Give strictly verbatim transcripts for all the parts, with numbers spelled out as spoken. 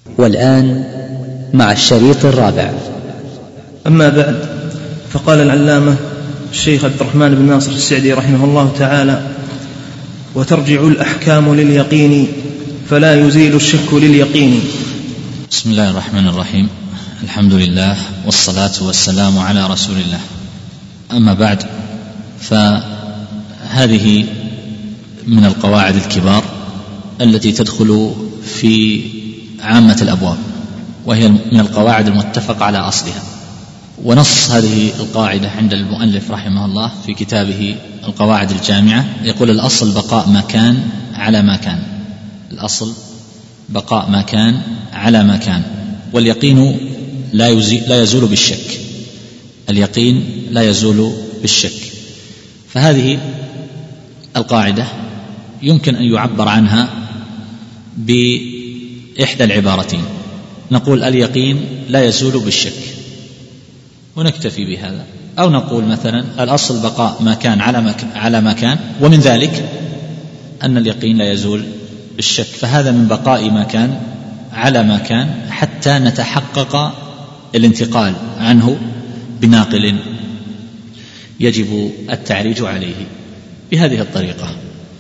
والآن مع الشريط الرابع. أما بعد، فقال العلامة الشيخ عبد الرحمن بن ناصر السعدي رحمه الله تعالى: وترجع الأحكام لليقين فلا يزيل الشك لليقين. بسم الله الرحمن الرحيم، الحمد لله والصلاة والسلام على رسول الله. أما بعد، فهذه من القواعد الكبار التي تدخل في عامة الأبواب، وهي من القواعد المتفق على أصلها. ونص هذه القاعدة عند المؤلف رحمه الله في كتابه القواعد الجامعة، يقول: الأصل بقاء ما كان على ما كان. الأصل بقاء ما كان على ما كان، واليقين لا لا يزول بالشك. اليقين لا يزول بالشك. فهذه القاعدة يمكن أن يعبر عنها بإحدى العبارتين. نقول اليقين لا يزول بالشك ونكتفي بهذا، أو نقول مثلا الأصل بقاء ما كان على ما كان، ومن ذلك أن اليقين لا يزول بالشك. فهذا من بقاء ما كان على ما كان حتى نتحقق الانتقال عنه بناقل يجب التعريج عليه بهذه الطريقة.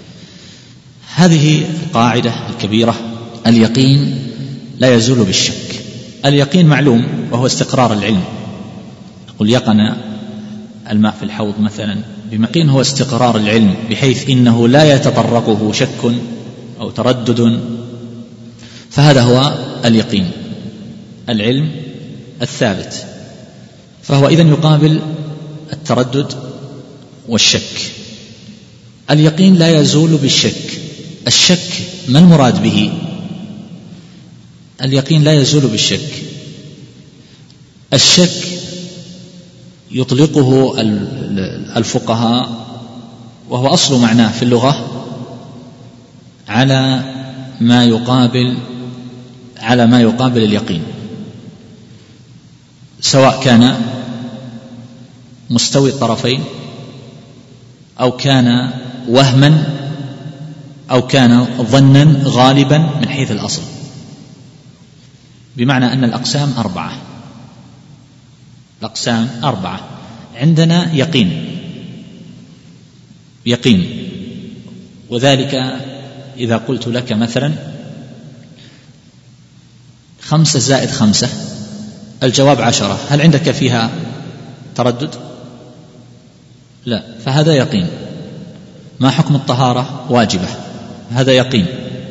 هذه القاعدة الكبيرة: اليقين لا يزول بالشك. اليقين معلوم، وهو استقرار العلم. قل يقن الماء في الحوض مثلا بمقين، هو استقرار العلم بحيث إنه لا يتطرقه شك أو تردد. فهذا هو اليقين، العلم الثابت. فهو إذن يقابل التردد والشك. اليقين لا يزول بالشك. الشك ما المراد به؟ اليقين لا يزول بالشك. الشك يطلقه الفقهاء، وهو أصل معناه في اللغة، على ما يقابل على ما يقابل اليقين، سواء كان مستوي الطرفين أو كان وهما أو كان ظنا غالبا من حيث الأصل. بمعنى أن الأقسام أربعة. الأقسام أربعة. عندنا يقين يقين وذلك إذا قلت لك مثلا خمسة زائد خمسة الجواب عشرة، هل عندك فيها تردد؟ لا، فهذا يقين. ما حكم الطهارة؟ واجبة، هذا يقين.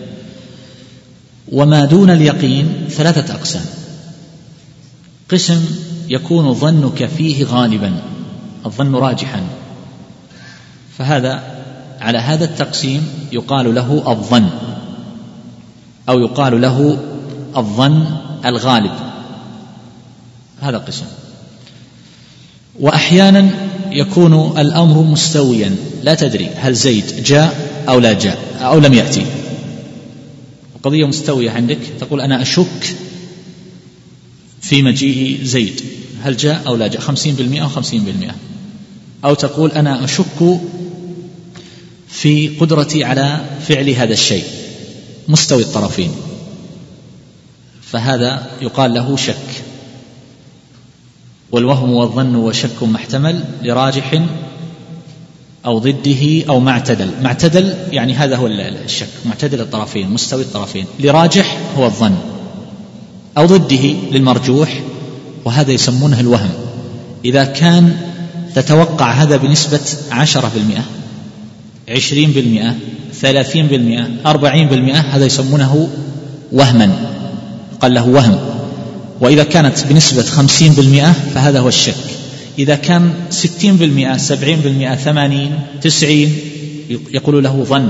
وما دون اليقين ثلاثة أقسام. قسم يكون ظنك فيه غالبا، الظن راجحا، فهذا على هذا التقسيم يقال له الظن، أو يقال له الظن الغالب. هذا قسم. وأحيانا يكون الأمر مستويا، لا تدري هل زيد جاء أو لا جاء أو لم يأتي. قضية مستوية عندك، تقول أنا أشك في مجيء زيد، هل جاء أو لا جاء، خمسين بالمئة أو خمسين بالمئة. أو تقول أنا أشك في قدرتي على فعل هذا الشيء، مستوي الطرفين، فهذا يقال له شك. والوهم والظن وشك محتمل لراجح أو ضده أو معتدل. معتدل يعني هذا هو الشك، معتدل الطرفين، مستوي الطرفين. لراجح هو الظن، أو ضده للمرجوح، وهذا يسمونه الوهم. إذا كان تتوقع هذا بنسبة عشرة بالمئة، عشرين بالمئة، ثلاثين بالمئة، أربعين بالمئة، هذا يسمونه وهما، قال له وهم. وإذا كانت بنسبة خمسين بالمئة فهذا هو الشك. إذا كان ستين بالمئة، سبعين بالمئة، ثمانين، تسعين، يقول له ظن،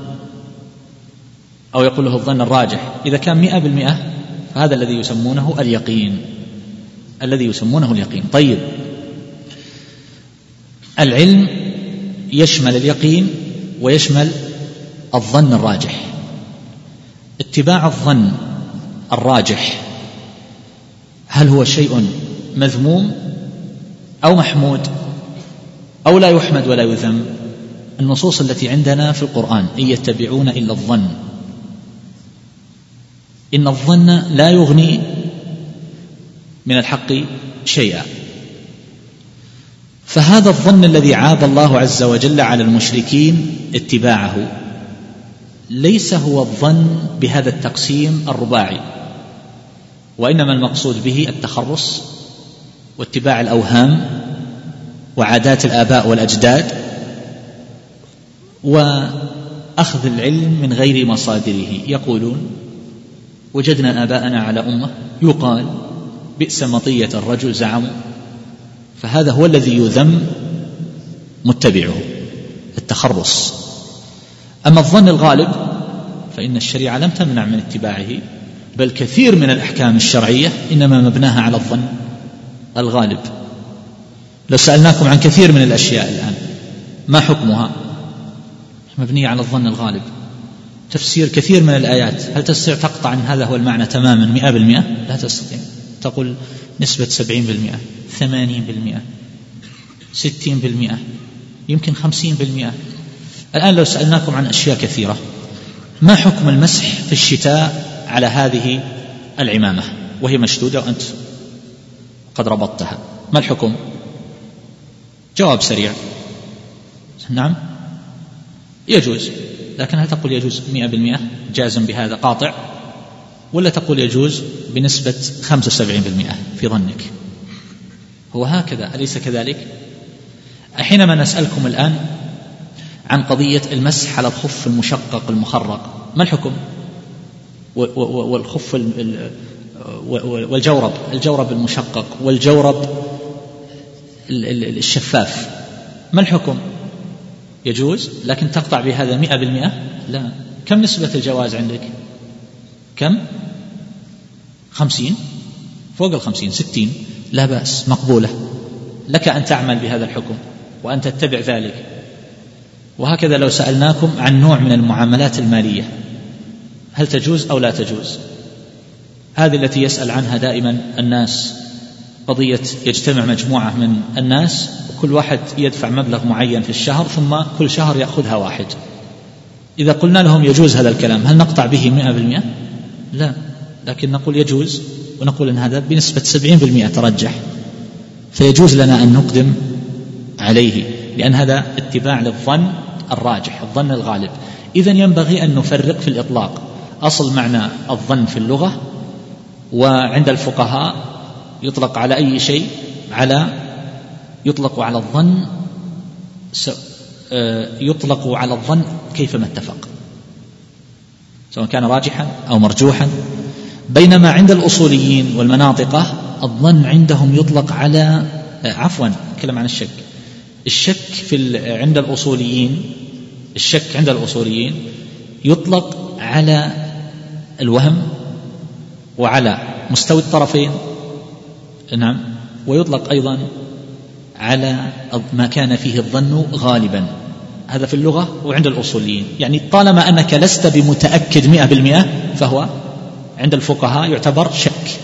أو يقول له الظن الراجح. إذا كان مئة بالمئة فهذا الذي يسمونه اليقين، الذي يسمونه اليقين. طيب، العلم يشمل اليقين ويشمل الظن الراجح. اتباع الظن الراجح هل هو شيء مذموم أو محمود أو لا يحمد ولا يذم؟ النصوص التي عندنا في القرآن: إن يتبعون إلا الظن إن الظن لا يغني من الحق شيئا. فهذا الظن الذي عاب الله عز وجل على المشركين اتباعه ليس هو الظن بهذا التقسيم الرباعي، وإنما المقصود به التخرص واتباع الأوهام وعادات الآباء والأجداد وأخذ العلم من غير مصادره. يقولون وجدنا آباءنا على أمة، يقال بئس مطية الرجل زعموا، فهذا هو الذي يذم متبعه، التخرص. أما الظن الغالب فإن الشريعة لم تمنع من اتباعه، بل كثير من الأحكام الشرعية إنما مبناها على الظن الغالب. لو سألناكم عن كثير من الأشياء الآن ما حكمها؟ مبنية على الظن الغالب. تفسير كثير من الآيات هل تستطيع تقطع عن هذا هو المعنى تماما مئة بالمئة؟ لا تستطيع. تقول نسبة سبعين بالمئة، ثمانين بالمئة، ستين بالمئة، يمكن خمسين بالمئة. الآن لو سألناكم عن أشياء كثيرة، ما حكم المسح في الشتاء على هذه العمامة وهي مشدودة وأنت قد ربطتها، ما الحكم؟ جواب سريع، نعم يجوز. لكن هل تقول يجوز مئة بالمئة جازم بهذا قاطع، ولا تقول يجوز بنسبة خمسة وسبعين بالمئة في ظنك؟ هو هكذا أليس كذلك؟ حينما نسألكم الآن عن قضية المسح على الخف المشقق المخرق، ما الحكم؟ والخف والجورب، الجورب المشقق والجورب الشفاف، ما الحكم؟ يجوز، لكن تقطع بهذا مئة بالمئة؟ لا. كم نسبة الجواز عندك؟ كم؟ خمسين، فوق الخمسين، ستين، لا بأس، مقبولة لك أن تعمل بهذا الحكم وأن تتبع ذلك. وهكذا لو سألناكم عن نوع من المعاملات المالية هل تجوز أو لا تجوز، هذه التي يسأل عنها دائما الناس، قضية يجتمع مجموعة من الناس وكل واحد يدفع مبلغ معين في الشهر ثم كل شهر يأخذها واحد. إذا قلنا لهم يجوز هذا الكلام هل نقطع به مئة بالمئة؟ لا، لكن نقول يجوز، ونقول أن هذا بنسبة سبعين بالمئة ترجح، فيجوز لنا أن نقدم عليه، لأن هذا اتباع للظن الراجح، الظن الغالب. إذن ينبغي أن نفرق في الإطلاق. أصل معنى الظن في اللغة، وعند الفقهاء يطلق على أي شيء على يطلق على الظن يطلق على الظن كيفما اتفق، سواء كان راجحا أو مرجوحا. بينما عند الأصوليين والمناطقة الظن عندهم يطلق على عفوا أتكلم عن الشك. الشك في عند الأصوليين الشك عند الأصوليين يطلق على الوهم وعلى مستوى الطرفين، نعم، ويطلق أيضا على ما كان فيه الظن غالبا، هذا في اللغة وعند الأصوليين. يعني طالما أنك لست بمتأكد مئة بالمئة فهو عند الفقهاء يعتبر شك.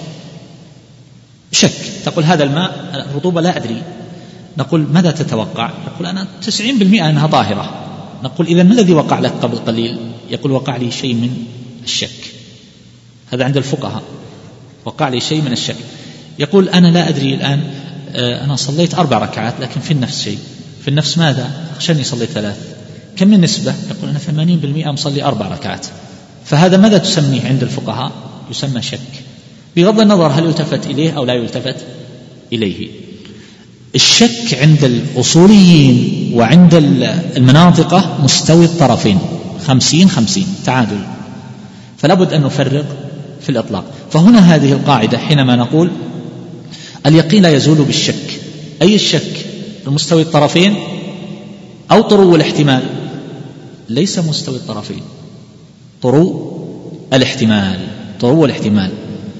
شك، تقول هذا الماء رطوبة لا أدري، نقول ماذا تتوقع؟ يقول أنا تسعين بالمئة أنها طاهرة. نقول إذن ما الذي وقع لك قبل قليل؟ يقول وقع لي شيء من الشك. هذا عند الفقهاء، وقع لي شيء من الشك. يقول أنا لا أدري الآن، أنا صليت أربع ركعات لكن في النفس شيء. في النفس ماذا؟ أخشني صليت ثلاث. كم من نسبة؟ يقول أنا ثمانين بالمئة مصلي أربع ركعات. فهذا ماذا تسميه عند الفقهاء؟ يسمى شك، بغض النظر هل يلتفت إليه أو لا يلتفت إليه. الشك عند الأصوليين وعند المناطقة مستوي الطرفين، خمسين خمسين، تعادل. فلا بد أن نفرق في الإطلاق. فهنا هذه القاعدة حينما نقول اليقين لا يزول بالشك، أي الشك المستوي الطرفين أو طرو الاحتمال؟ ليس مستوي الطرفين، طرو الاحتمال، طرو الاحتمال.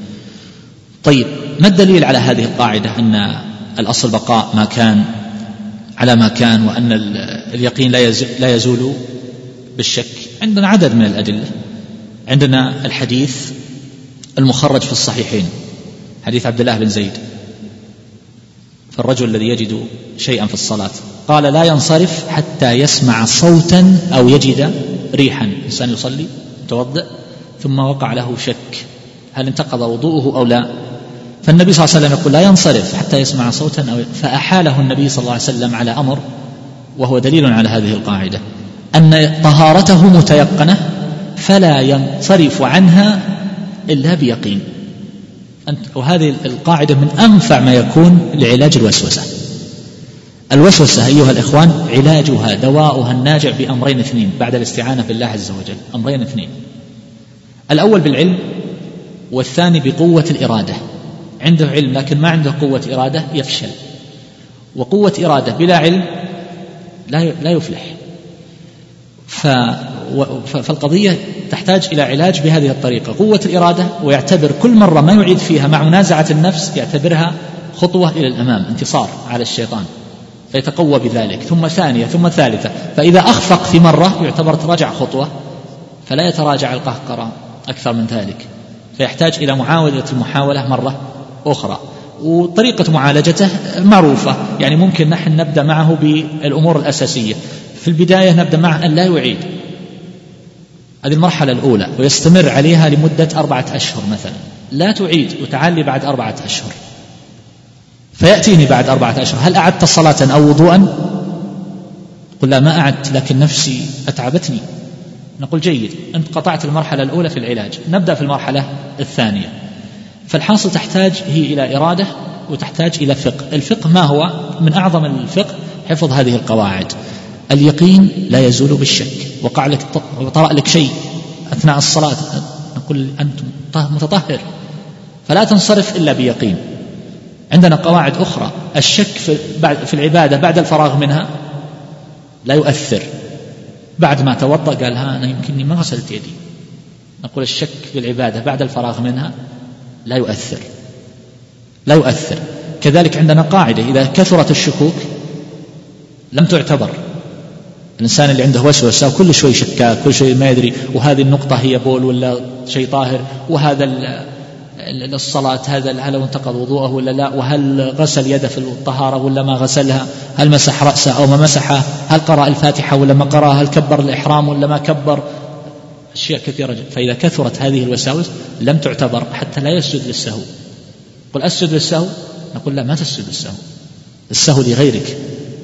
طيب، ما الدليل على هذه القاعدة أن الأصل بقاء ما كان على ما كان، وأن اليقين لا يزول بالشك؟ عندنا عدد من الأدلة. عندنا الحديث المخرج في الصحيحين، حديث عبد الله بن زيد، فالرجل الذي يجد شيئا في الصلاة قال لا ينصرف حتى يسمع صوتا أو يجد ريحا. إنسان يصلي متوضئ ثم وقع له شك هل انتقض وضوءه أو لا؟ فالنبي صلى الله عليه وسلم يقول لا ينصرف حتى يسمع صوتا أو فأحاله النبي صلى الله عليه وسلم على أمر، وهو دليل على هذه القاعدة أن طهارته متيقنة فلا ينصرف عنها إلا بيقين. وهذه القاعدة من أنفع ما يكون لعلاج الوسوسة. الوسوسة أيها الإخوان علاجها دواؤها الناجع بأمرين اثنين بعد الاستعانة بالله عز وجل، أمرين اثنين: الأول بالعلم، والثاني بقوة الإرادة. عنده علم لكن ما عنده قوة إرادة يفشل، وقوة إرادة بلا علم لا يفلح. فالقضية تحتاج إلى علاج بهذه الطريقة: قوة الإرادة، ويعتبر كل مرة ما يعيد فيها مع منازعة النفس يعتبرها خطوة إلى الأمام، انتصار على الشيطان، فيتقوى بذلك، ثم ثانية ثم ثالثة. فإذا أخفق في مرة يعتبر تراجع خطوة، فلا يتراجع القهقرة أكثر من ذلك، فيحتاج إلى معاودة المحاولة مرة أخرى. وطريقة معالجته معروفة، يعني ممكن نحن نبدأ معه بالأمور الأساسية. في البداية نبدأ معه أن لا يعيد، هذه المرحلة الأولى، ويستمر عليها لمدة أربعة أشهر مثلا. لا تعيد وتعالي بعد أربعة أشهر، فيأتيني بعد أربعة أشهر: هل أعدت صلاة أو وضوءا؟ قل لا ما أعدت لكن نفسي أتعبتني. نقول جيد، أنت قطعت المرحلة الأولى في العلاج، نبدأ في المرحلة الثانية. فالحاصل تحتاج هي إلى إرادة وتحتاج إلى فقه. الفقه ما هو؟ من أعظم الفقه حفظ هذه القواعد. اليقين لا يزول بالشك. وقع لك طرأ لك شيء أثناء الصلاة، نقول أنت متطهر، فلا تنصرف إلا بيقين. عندنا قواعد أخرى: الشك في العبادة بعد الفراغ منها لا يؤثر. بعد ما توضأ قال ها أنا يمكنني ما غسلت يدي، نقول الشك في العبادة بعد الفراغ منها لا يؤثر، لا يؤثر. كذلك عندنا قاعدة: إذا كثرت الشكوك لم تعتبر. الإنسان اللي عنده وسوسة وكل شوي شكاك، كل شوي ما يدري، وهذه النقطة هي بول ولا شيء طاهر، وهذا الصلاة هذا هل انتقض وضوءه ولا لا، وهل غسل يده في الطهارة ولا ما غسلها، هل مسح رأسه أو ما مسحه، هل قرأ الفاتحة ولا ما قرأ، هل كبر الإحرام ولا ما كبر، أشياء كثيرة جدا. فإذا كثرت هذه الوساوس لم تعتبر حتى لا يسجد للسهو. قل أسجد للسهو، نقول لا ما تسجد للسهو، السهو لغيرك.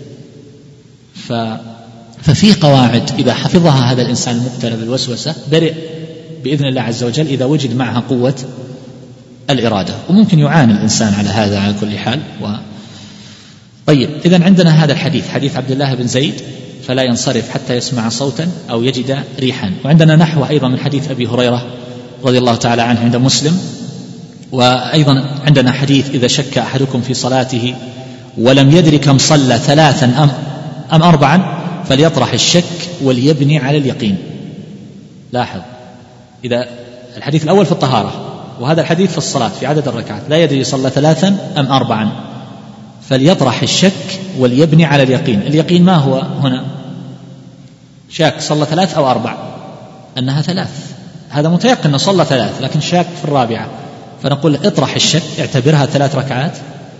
ف ففي قواعد إذا حفظها هذا الإنسان المبتلى بالوسوسة برئ بإذن الله عز وجل إذا وجد معها قوة الإرادة. وممكن يعاني الإنسان على هذا على كل حال. و... طيب، إذن عندنا هذا الحديث، حديث عبد الله بن زيد: فلا ينصرف حتى يسمع صوتا أو يجد ريحا. وعندنا نحو أيضا من حديث أبي هريرة رضي الله تعالى عنه عند مسلم. وأيضا عندنا حديث: إذا شك أحدكم في صلاته ولم يدري كم صلى ثلاثا أم, أم أربعا فليطرح الشك وليبني على اليقين. لاحظ، إذا الحديث الأول في الطهارة وهذا الحديث في الصلاة في عدد الركعات، لا يدري صلى ثلاثا أم أربعا فليطرح الشك وليبني على اليقين. اليقين ما هو هنا؟ شاك صلى ثلاث أو أربع، أنها ثلاث، هذا متيقن أنه صلى ثلاث لكن شاك في الرابعة، فنقول اطرح الشك، اعتبرها ثلاث ركعات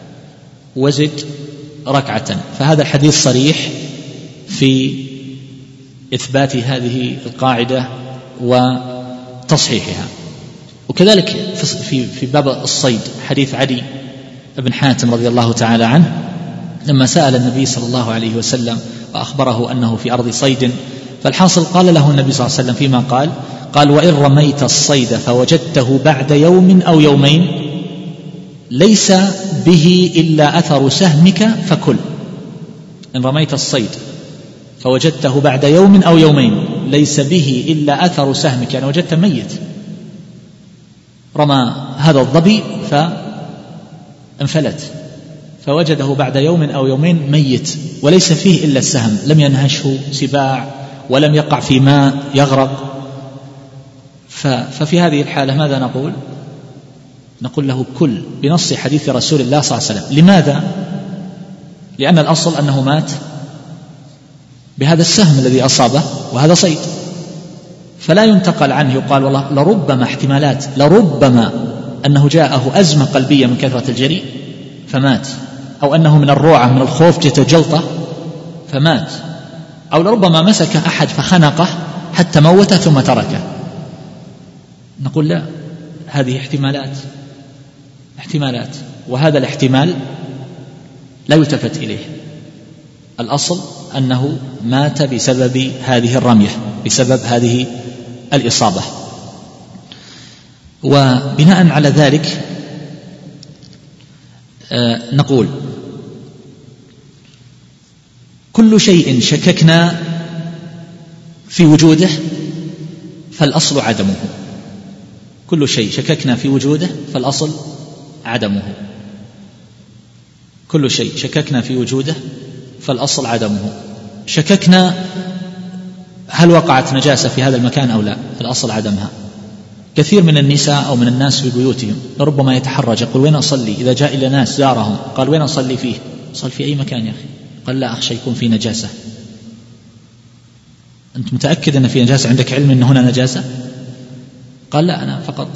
وزد ركعة. فهذا الحديث صريح في إثبات هذه القاعدة وتصحيحها. وكذلك في في باب الصيد حديث عدي بن حاتم رضي الله تعالى عنه لما سأل النبي صلى الله عليه وسلم وأخبره أنه في أرض صيد، فالحاصل قال له النبي صلى الله عليه وسلم فيما قال قال: وإن رميت الصيد فوجدته بعد يوم أو يومين ليس به إلا أثر سهمك فكل. إن رميت الصيد فوجدته بعد يوم أو يومين ليس به إلا أثر سهمك، يعني وجدت ميت، رمى هذا الظبي فانفلت فوجده بعد يوم أو يومين ميت وليس فيه إلا السهم، لم ينهشه سباع ولم يقع في ماء يغرق. ففي هذه الحالة ماذا نقول؟ نقول له كل بنص حديث رسول الله صلى الله عليه وسلم. لماذا؟ لأن الأصل أنه مات بهذا السهم الذي أصابه، وهذا صيد، فلا ينتقل عنه يقال والله لربما احتمالات لربما أنه جاءه أزمة قلبية من كثرة الجري فمات، أو أنه من الروعة من الخوف جت جلطة فمات، أو لربما مسك أحد فخنقه حتى موته ثم تركه. نقول لا، هذه احتمالات احتمالات وهذا الاحتمال لا يلتفت إليه. الأصل أنه مات بسبب هذه الرمية، بسبب هذه الإصابة. وبناء على ذلك نقول كل شيء شككنا في وجوده فالأصل عدمه. كل شيء شككنا في وجوده فالأصل عدمه. كل شيء شككنا في وجوده فالأصل عدمه. شككنا هل وقعت نجاسة في هذا المكان أو لا، الأصل عدمها. كثير من النساء أو من الناس في بيوتهم ربما يتحرج، يقول وين أصلي إذا جاء إلى ناس زارهم، قال وين أصلي فيه؟ صل في أي مكان يا أخي. قال لا أخشى يكون في نجاسة. أنت متأكد أن في نجاسة؟ عندك علم أن هنا نجاسة؟ قال لا أنا فقط.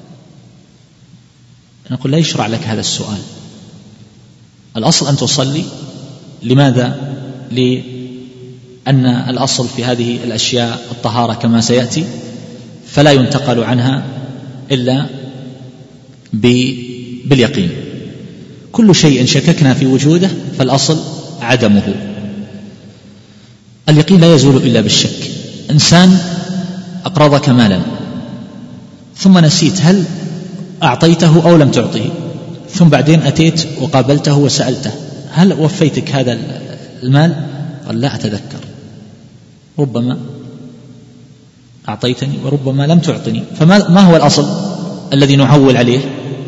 نقول لا يشرع لك هذا السؤال. الأصل أن تصلي. لماذا؟ لأن الأصل في هذه الأشياء الطهارة كما سيأتي، فلا ينتقل عنها إلا باليقين. كل شيء شككنا في وجوده فالأصل عدمه. اليقين لا يزول إلا بالشك. إنسان أقرضك مالا ثم نسيت هل أعطيته أو لم تعطيه، ثم بعدين أتيت وقابلته وسألته هل وفيتك هذا المال؟ قال لا أتذكر. ربما أعطيتني وربما لم تعطني. فما ما هو الأصل الذي نعول عليه؟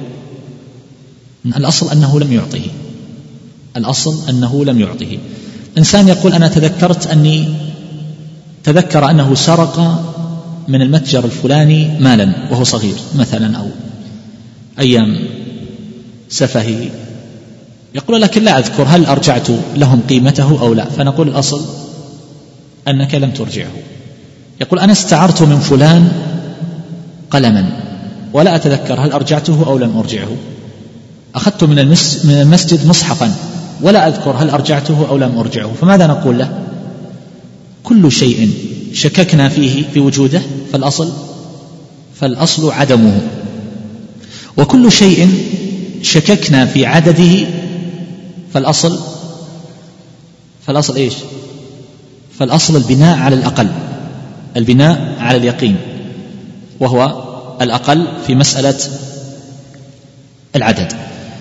الأصل أنه لم يعطيه. الأصل أنه لم يعطيه. إنسان يقول أنا تذكرت أني تذكر أنه سرق من المتجر الفلاني مالا وهو صغير مثلا أو أيام سفهه، يقول لكن لا أذكر هل أرجعت لهم قيمته أو لا، فنقول الأصل أنك لم ترجعه. يقول أنا استعرت من فلان قلما ولا أتذكر هل أرجعته أو لم أرجعه. أخذت من المسجد مصحفا ولا أذكر هل أرجعته أو لم أرجعه. فماذا نقول له؟ كل شيء شككنا فيه في وجوده فالأصل فالأصل عدمه، وكل شيء شككنا في عدده فالأصل فالأصل إيش؟ فالأصل البناء على الأقل، البناء على اليقين، وهو الأقل في مسألة العدد.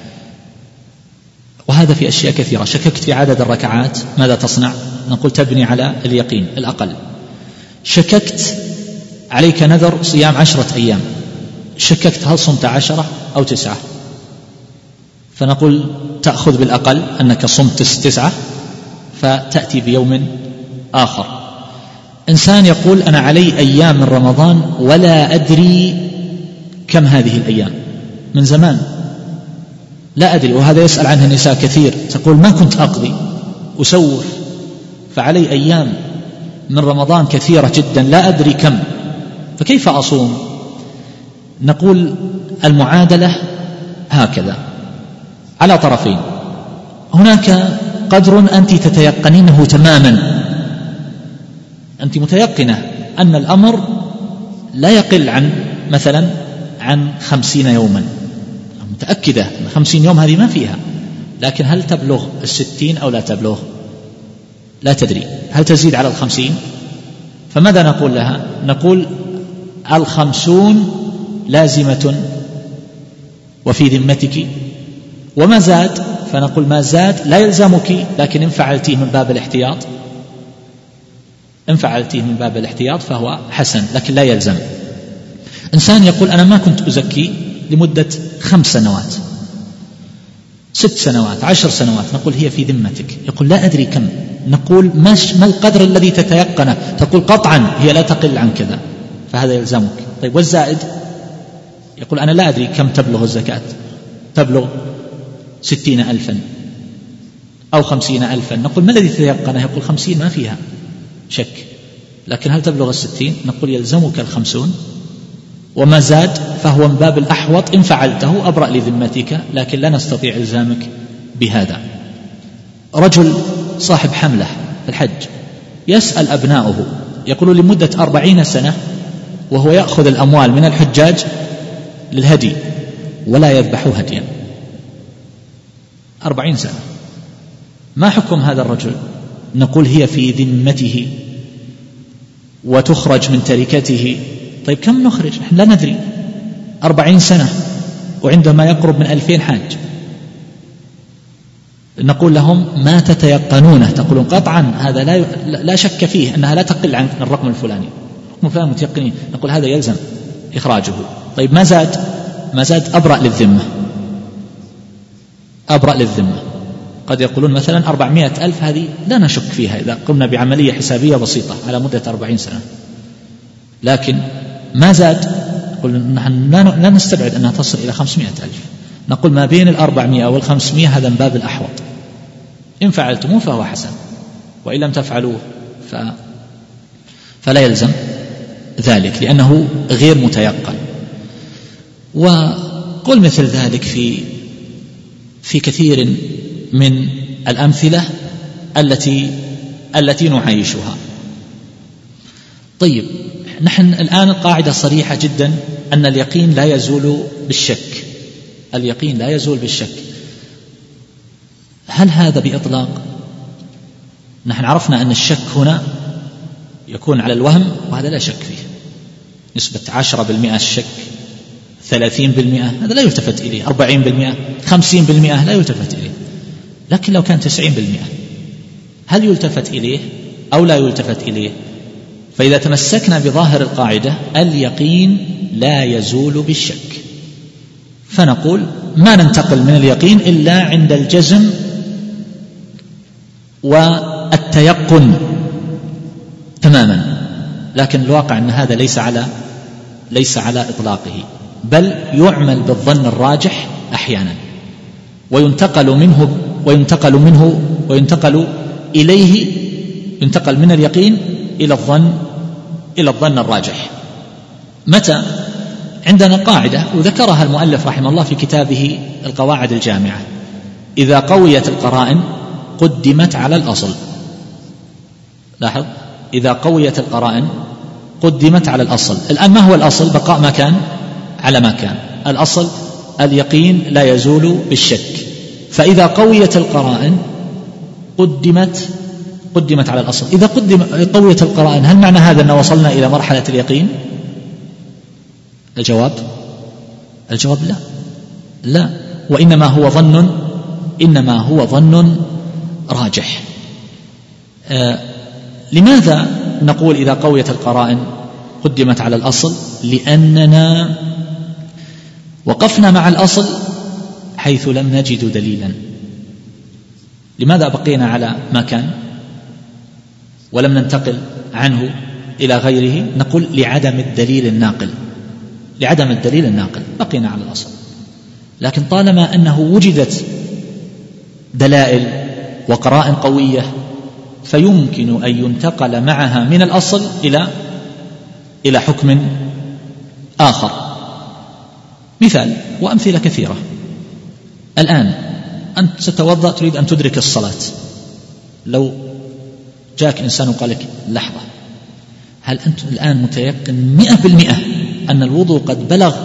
وهذا في أشياء كثيرة. شككت في عدد الركعات، ماذا تصنع؟ نقول تبني على اليقين الأقل. شككت عليك نذر صيام عشرة أيام، شككت هل صمت عشرة أو تسعة، فنقول تأخذ بالأقل أنك صمت تسعة فتأتي بيوم آخر. إنسان يقول أنا علي أيام من رمضان ولا أدري كم هذه الأيام، من زمان لا أدري، وهذا يسأل عنه النساء كثير، تقول ما كنت أقضي أسوف فعلي أيام من رمضان كثيرة جدا لا أدري كم، فكيف أصوم؟ نقول المعادلة هكذا على طرفين. هناك قدر أنت تتيقنينه تماما، أنت متيقنة أن الأمر لا يقل عن مثلا عن خمسين يوما، متأكدة أن خمسين يوم هذه ما فيها، لكن هل تبلغ الستين أو لا تبلغ؟ لا تدري. هل تزيد على الخمسين؟ فماذا نقول لها؟ نقول الخمسون لازمة وفي ذمتك، وما زاد فنقول ما زاد لا يلزمك، لكن إن فعلتيه من باب الاحتياط إن فعلتيه من باب الاحتياط فهو حسن، لكن لا يلزم. إنسان يقول أنا ما كنت أزكي لمدة خمس سنوات ست سنوات عشر سنوات، نقول هي في ذمتك. يقول لا أدري كم، نقول ما القدر الذي تتيقنه؟ تقول قطعا هي لا تقل عن كذا، فهذا يلزمك. طيب والزائد؟ يقول أنا لا أدري كم تبلغ الزكاة، تبلغ ستين ألفا أو خمسين ألفا، نقول ما الذي تتيقنه؟ يقول خمسين ما فيها شك، لكن هل تبلغ الستين؟ نقول يلزمك الخمسون، وما زاد فهو من باب الأحوط، إن فعلته أبرأ لذمتك، لكن لا نستطيع إلزامك بهذا. رجل صاحب حملة في الحج يسأل أبناؤه، يقول لمدة أربعين سنة وهو يأخذ الأموال من الحجاج للهدي ولا يذبح هديا. أربعين سنة. ما حكم هذا الرجل؟ نقول هي في ذمته وتخرج من تركته. طيب كم نخرج؟ لا ندري. أربعين سنة وعندما يقرب من ألفين حاج. نقول لهم ما تتيقنونه؟ تقولون قطعا هذا لا لا شك فيه أنها لا تقل عن الرقم الفلاني، الرقم الفلاني متيقنين. نقول هذا يلزم إخراجه. طيب ما زاد؟ ما زاد أبرأ للذمة، أبرأ للذمة. قد يقولون مثلا أربعمائة ألف هذه لا نشك فيها إذا قمنا بعملية حسابية بسيطة على مدة أربعين سنة، لكن ما زاد نقول نحن لا نستبعد أنها تصل إلى خمسمائة ألف. نقول ما بين الأربعمائة والخمسمائة هذا من باب الأحوط. إن فعلتموه فهو حسن، وإن لم تفعلوه ف... فلا يلزم ذلك لأنه غير متيقن. وقل مثل ذلك في في كثير من الأمثلة التي التي نعيشها. طيب نحن الآن القاعدة صريحة جدا أن اليقين لا يزول بالشك، اليقين لا يزول بالشك. هل هذا بإطلاق؟ نحن عرفنا أن الشك هنا يكون على الوهم، وهذا لا شك فيه. نسبة عشرة بالمئة الشك، ثلاثين بالمئة هذا لا يلتفت إليه، أربعين بالمئة، خمسين بالمئة لا يلتفت إليه. لكن لو كان تسعين بالمئة هل يلتفت إليه أو لا يلتفت إليه؟ فإذا تمسكنا بظاهر القاعدة اليقين لا يزول بالشك، فنقول ما ننتقل من اليقين إلا عند الجزم والتيقن تماما. لكن الواقع أن هذا ليس على ليس على إطلاقه، بل يعمل بالظن الراجح أحيانا، وينتقل منه وينتقل منه وينتقل إليه، ينتقل من اليقين إلى الظن إلى الظن الراجح. متى؟ عندنا قاعدة وذكرها المؤلف رحمه الله في كتابه القواعد الجامعة: إذا قويت القرائن قدمت على الأصل. لاحظ، إذا قويت القرائن قدمت على الأصل. الآن ما هو الأصل؟ بقاء ما كان على ما كان. الأصل اليقين لا يزول بالشك، فإذا قويت القرائن قدمت قدمت على الأصل. إذا قدم قويت القرائن هل معنى هذا أن وصلنا إلى مرحلة اليقين؟ الجواب الجواب لا لا وإنما هو ظن إنما هو ظن راجح. آه لماذا نقول إذا قويت القرائن قدمت على الأصل؟ لأننا وقفنا مع الأصل حيث لم نجد دليلا. لماذا بقينا على ما كان ولم ننتقل عنه إلى غيره؟ نقول لعدم الدليل الناقل، لعدم الدليل الناقل بقينا على الأصل. لكن طالما أنه وجدت دلائل وقرائن قوية فيمكن أن ينتقل معها من الأصل إلى إلى حكم آخر. مثال وأمثلة كثيرة. الآن أنت ستتوضأ تريد أن تدرك الصلاة، لو جاءك إنسان وقال لك لحظة، هل أنت الآن متيقن مئة بالمئة أن الوضوء قد بلغ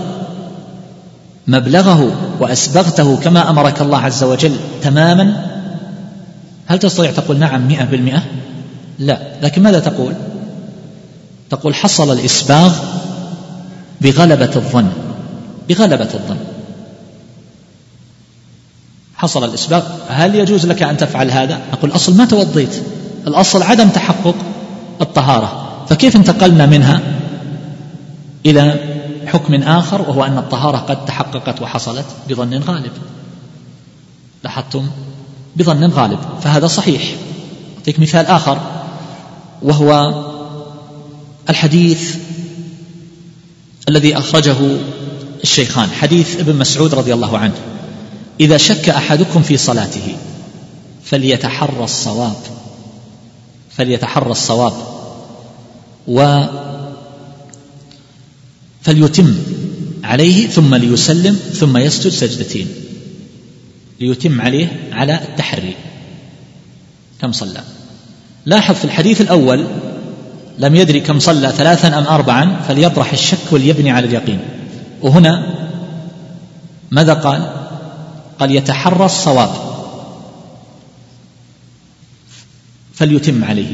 مبلغه وأسبغته كما أمرك الله عز وجل تماما؟ هل تستطيع تقول نعم مئة بالمئة؟ لا. لكن ماذا تقول؟ تقول حصل الإسباغ بغلبة الظن، بغلبة الظن حصل الإسباغ. هل يجوز لك أن تفعل هذا؟ نقول الأصل ما توضيت، الأصل عدم تحقق الطهارة، فكيف انتقلنا منها إلى حكم آخر وهو أن الطهارة قد تحققت وحصلت بظن غالب؟ لاحظتم؟ بظن غالب. فهذا صحيح. أعطيك مثال آخر وهو الحديث الذي أخرجه الشيخان، حديث ابن مسعود رضي الله عنه: إذا شك أحدكم في صلاته فليتحرى الصواب فليتحرى الصواب و فليتم عليه ثم ليسلم ثم يسجد سجدتين، ليتم عليه على التحري كم صلى. لاحظ في الحديث الأول لم يدري كم صلى، ثلاثا أم أربعا، فليطرح الشك وليبني على اليقين. وهنا ماذا قال؟ قال يتحرى الصواب فليتم عليه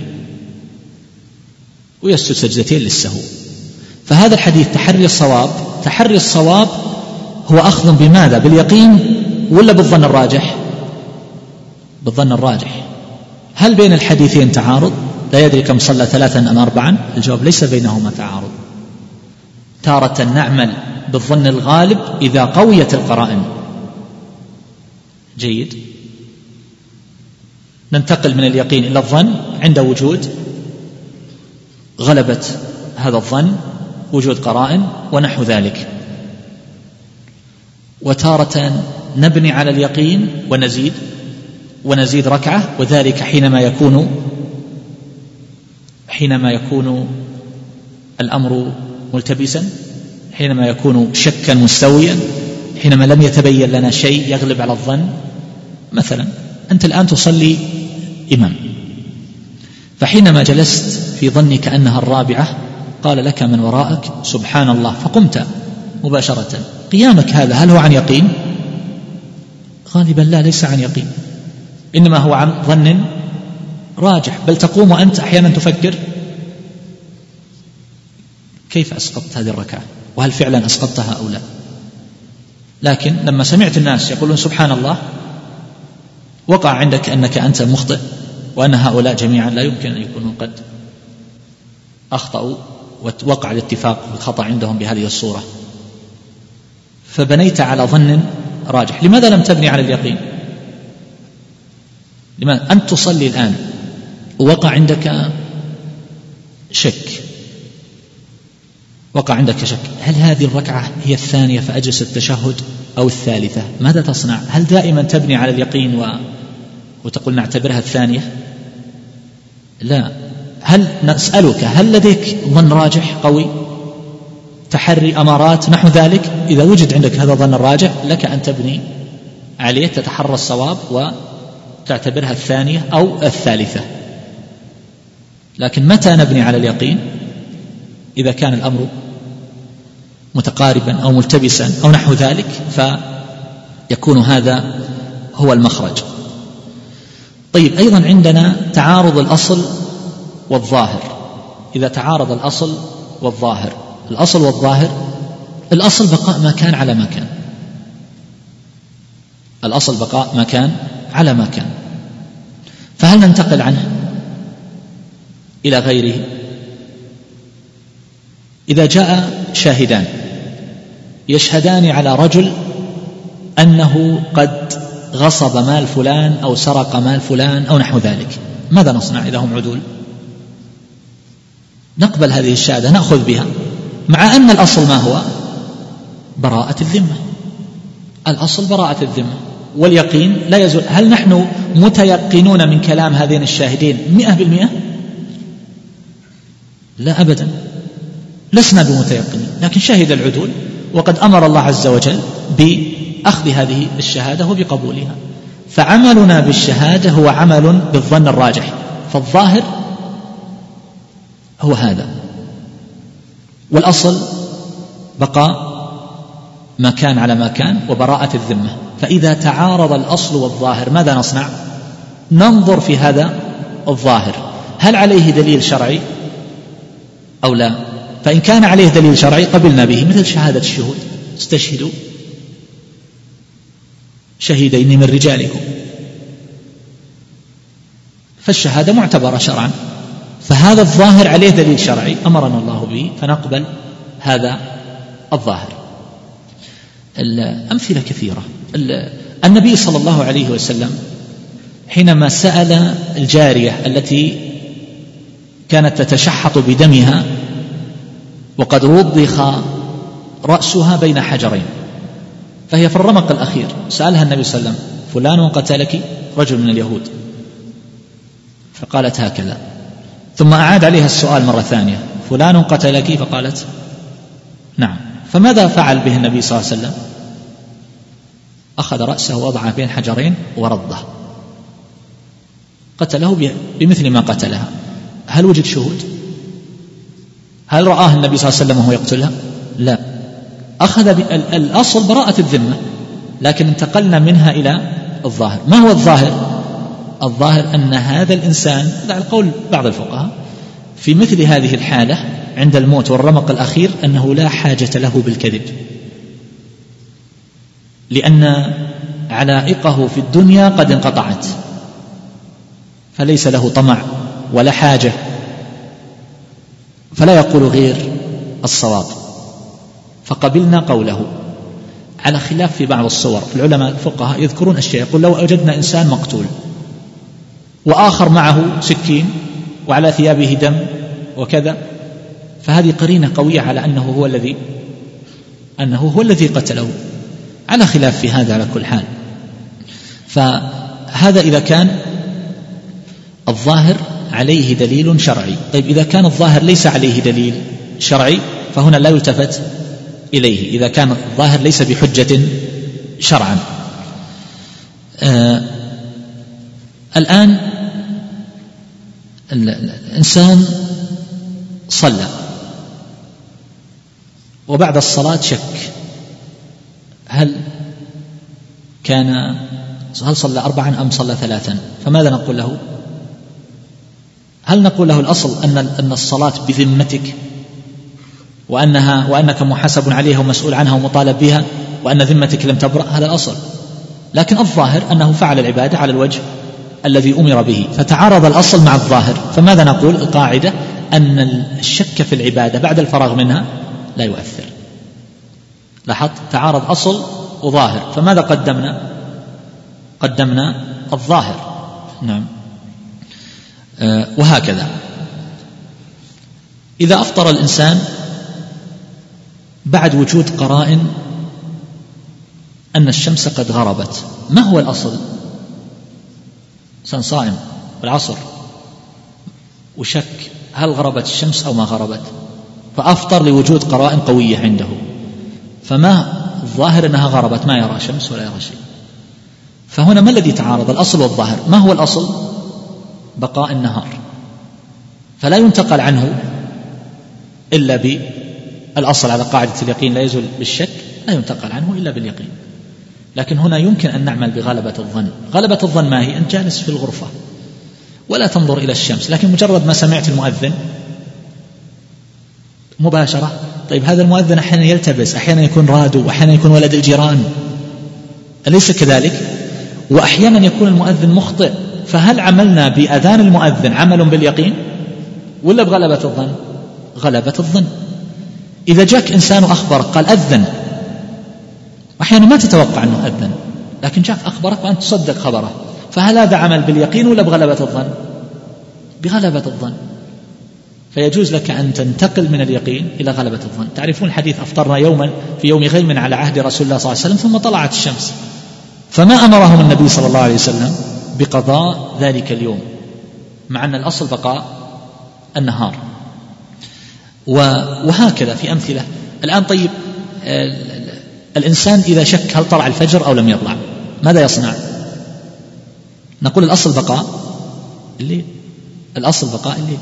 ويسجد سجدتين للسهو. فهذا الحديث تحري الصواب، تحري الصواب هو أخذ بماذا؟ باليقين ولا بالظن الراجح؟ بالظن الراجح. هل بين الحديثين تعارض؟ لا يدري كم صلى ثلاثا أم أربعا؟ الجواب ليس بينهما تعارض. تارة نعمل بالظن الغالب إذا قويت القرائن. جيد. ننتقل من اليقين إلى الظن عند وجود غلبة هذا الظن، وجود قرائن ونحو ذلك. وتارة نبني على اليقين ونزيد ونزيد ركعة، وذلك حينما يكون حينما يكون الأمر ملتبسا، حينما يكون شكا مستويا، حينما لم يتبين لنا شيء يغلب على الظن. مثلا أنت الآن تصلي إمام، فحينما جلست في ظنك أنها الرابعة قال لك من وراءك سبحان الله، فقمت مباشرة. قيامك هذا هل هو عن يقين؟ غالبا لا، ليس عن يقين، إنما هو عن ظن راجح. بل تقوم وأنت أحيانا تفكر كيف أسقطت هذه الركعة، وهل فعلا أسقطتها أو لا. لكن لما سمعت الناس يقولون سبحان الله وقع عندك أنك أنت مخطئ، وأن هؤلاء جميعا لا يمكن أن يكونوا قد أخطأوا، ووقع الاتفاق بالخطأ عندهم بهذه الصورة، فبنيت على ظن راجح. لماذا لم تبني على اليقين؟ لماذا أنت تصلي الآن ووقع عندك شك، وقع عندك شك هل هذه الركعة هي الثانية فأجلس التشهد أو الثالثة؟ ماذا تصنع؟ هل دائما تبني على اليقين و... وتقول نعتبرها الثانية؟ لا. هل نسألك هل لديك ظن راجح قوي، تحري أمارات نحو ذلك؟ إذا وجد عندك هذا الظن الراجح لك أن تبني عليه، تتحرى الصواب وتعتبرها الثانية أو الثالثة. لكن متى نبني على اليقين؟ إذا كان الأمر متقاربا أو ملتبسا أو نحو ذلك، فيكون هذا هو المخرج. طيب، أيضا عندنا تعارض الأصل والظاهر. إذا تعارض الأصل والظاهر، الأصل والظاهر، الأصل بقاء ما كان على ما كان، الأصل بقاء ما كان على ما كان، فهل ننتقل عنه إلى غيره؟ إذا جاء شاهدان يشهدان على رجل أنه قد غصب مال فلان أو سرق مال فلان أو نحو ذلك، ماذا نصنع إذا هم عدول؟ نقبل هذه الشهادة، نأخذ بها، مع أن الأصل ما هو؟ براءة الذمة. الأصل براءة الذمة واليقين لا يزول. هل نحن متيقنون من كلام هذين الشاهدين مئة بالمئة؟ لا أبدا، لسنا بمتيقنين، لكن شهد العدول، وقد أمر الله عز وجل بأخذ هذه الشهادة وبقبولها. فعملنا بالشهادة هو عمل بالظن الراجح، فالظاهر هو هذا، والأصل بقاء ما كان على ما كان وبراءة الذمة. فإذا تعارض الأصل والظاهر ماذا نصنع؟ ننظر في هذا الظاهر هل عليه دليل شرعي أو لا. فإن كان عليه دليل شرعي قبلنا به، مثل شهادة الشهود، استشهدوا شهيدين من رجالكم، فالشهادة معتبرة شرعا، فهذا الظاهر عليه دليل شرعي أمرنا الله به، فنقبل هذا الظاهر. الأمثلة كثيرة. النبي صلى الله عليه وسلم حينما سأل الجارية التي كانت تتشحط بدمها وقد وضخ رأسها بين حجرين، فهي في الرمق الأخير، سألها النبي صلى الله عليه وسلم فلان قتلك؟ رجل من اليهود، فقالت هكذا، ثم أعاد عليها السؤال مرة ثانية فلان قتلك؟ فقالت نعم. فماذا فعل به النبي صلى الله عليه وسلم؟ أخذ رأسه ووضعه بين حجرين ورضه، قتله بمثل ما قتلها. هل وجد شهود؟ هل رآه النبي صلى الله عليه وسلم وهو يقتلها؟ لا. أخذ الأصل براءة الذمة، لكن انتقلنا منها إلى الظاهر. ما هو الظاهر؟ الظاهر أن هذا الإنسان، على قول بعض الفقهاء، في مثل هذه الحالة عند الموت والرمق الأخير أنه لا حاجة له بالكذب، لأن علائقه في الدنيا قد انقطعت، فليس له طمع ولا حاجة، فلا يقول غير الصواب، فقبلنا قوله. على خلاف في بعض الصور، العلماء الفقهاء يذكرون أشياء، يقول لو وجدنا إنسان مقتول وآخر معه سكين وعلى ثيابه دم وكذا، فهذه قرينة قوية على أنه هو الذي أنه هو الذي قتله، على خلاف في هذا على كل حال. فهذا إذا كان الظاهر عليه دليل شرعي. طيب إذا كان الظاهر ليس عليه دليل شرعي فهنا لا يلتفت إليه، إذا كان الظاهر ليس بحجة شرعا. آه الآن الإنسان صلى وبعد الصلاة شك هل كان هل صلى أربعا أم صلى ثلاثا، فماذا نقول له؟ هل نقول له الأصل أن أن الصلاة بذمتك وأنها وأنك محاسب عليها ومسؤول عنها ومطالب بها وأن ذمتك لم تبرأ؟ هذا الأصل. لكن الظاهر أنه فعل العبادة على الوجه الذي أمر به، فتعارض الأصل مع الظاهر، فماذا نقول؟ القاعدة أن الشك في العبادة بعد الفراغ منها لا يؤثر. لاحظت؟ تعارض أصل وظاهر، فماذا قدمنا؟ قدمنا الظاهر. نعم. أه وهكذا إذا أفطر الإنسان بعد وجود قرائن أن الشمس قد غربت، ما هو الأصل؟ إنسان صائم بالعصر وشك هل غربت الشمس أو ما غربت، فأفطر لوجود قرائن قوية عنده، فما الظاهر أنها غربت، ما يرى شمس ولا يرى شيء. فهنا ما الذي تعارض؟ الأصل والظاهر. ما هو الأصل؟ بقاء النهار، فلا ينتقل عنه إلا بالأصل على قاعدة اليقين لا يزول بالشك، لا ينتقل عنه إلا باليقين. لكن هنا يمكن أن نعمل بغلبة الظن. غلبة الظن ما هي؟ أنت جالس في الغرفة ولا تنظر إلى الشمس، لكن مجرد ما سمعت المؤذن مباشرة. طيب هذا المؤذن أحيانا يلتبس، أحيانا يكون رادو، وأحيانا يكون ولد الجيران، أليس كذلك؟ وأحيانا يكون المؤذن مخطئ، فهل عملنا بأذان المؤذن عمل باليقين ولا بغلبة الظن؟ غلبة الظن. إذا جاك إنسان أخبرك قال أذن، أحيانا ما تتوقع أنه أذن، لكن جاك أخبرك وأنت تصدق خبره، فهل هذا عمل باليقين ولا بغلبة الظن؟ بغلبة الظن. فيجوز لك أن تنتقل من اليقين إلى غلبة الظن. تعرفون حديث أفطرنا يوما في يوم غيم على عهد رسول الله صلى الله عليه وسلم ثم طلعت الشمس، فما أمرهم النبي صلى الله عليه وسلم بقضاء ذلك اليوم، مع أن الأصل بقاء النهار. وهكذا في أمثلة. الآن طيب الإنسان إذا شك هل طلع الفجر أو لم يطلع ماذا يصنع؟ نقول الأصل بقاء الليل، الأصل بقاء الليل،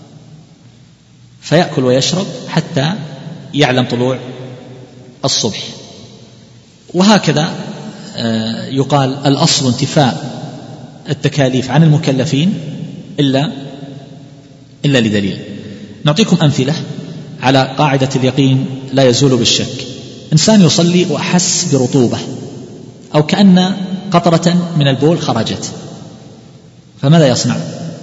فيأكل ويشرب حتى يعلم طلوع الصبح. وهكذا يقال الأصل انتفاء التكاليف عن المكلفين إلا إلا لدليل. نعطيكم أمثلة على قاعدة اليقين لا يزول بالشك. إنسان يصلي وأحس برطوبة أو كأن قطرة من البول خرجت، فماذا يصنع؟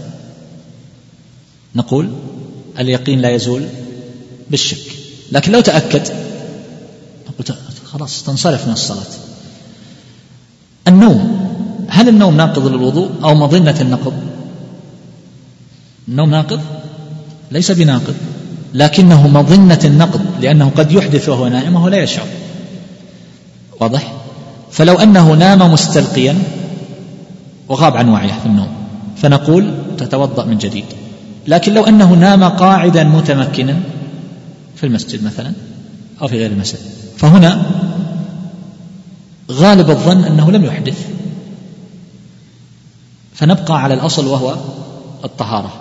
نقول اليقين لا يزول بالشك. لكن لو تأكد نقول خلاص تنصرف من الصلاة. النوم، هل النوم ناقض للوضوء أو مظنة النقض؟ النوم ناقض؟ ليس بناقض، لكنه مظنة النقض، لأنه قد يحدث وهو نائم وهو لا يشعر. واضح؟ فلو أنه نام مستلقيا وغاب عن وعيه في النوم فنقول تتوضأ من جديد. لكن لو أنه نام قاعدا متمكنا في المسجد مثلا أو في غير المسجد فهنا غالب الظن أنه لم يحدث، فنبقى على الأصل وهو الطهارة.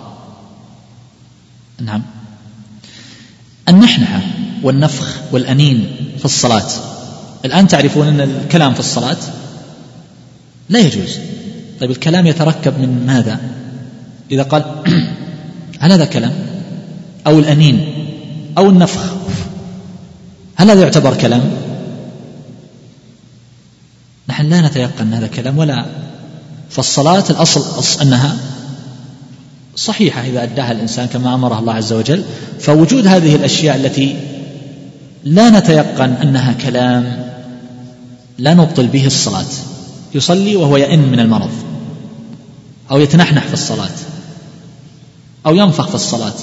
نعم. النحنحة والنفخ والأنين في الصلاة الآن تعرفون أن الكلام في الصلاة لا يجوز. طيب الكلام يتركب من ماذا؟ إذا قال هل هذا كلام؟ أو الأنين أو النفخ، هل هذا يعتبر كلام؟ نحن لا نتيقن هذا كلام ولا. فالصلاة الأصل أنها صحيحة إذا أداها الإنسان كما أمره الله عز وجل. فوجود هذه الأشياء التي لا نتيقن أنها كلام لا نبطل به الصلاة. يصلي وهو يئن من المرض، أو يتنحنح في الصلاة، أو ينفخ في الصلاة،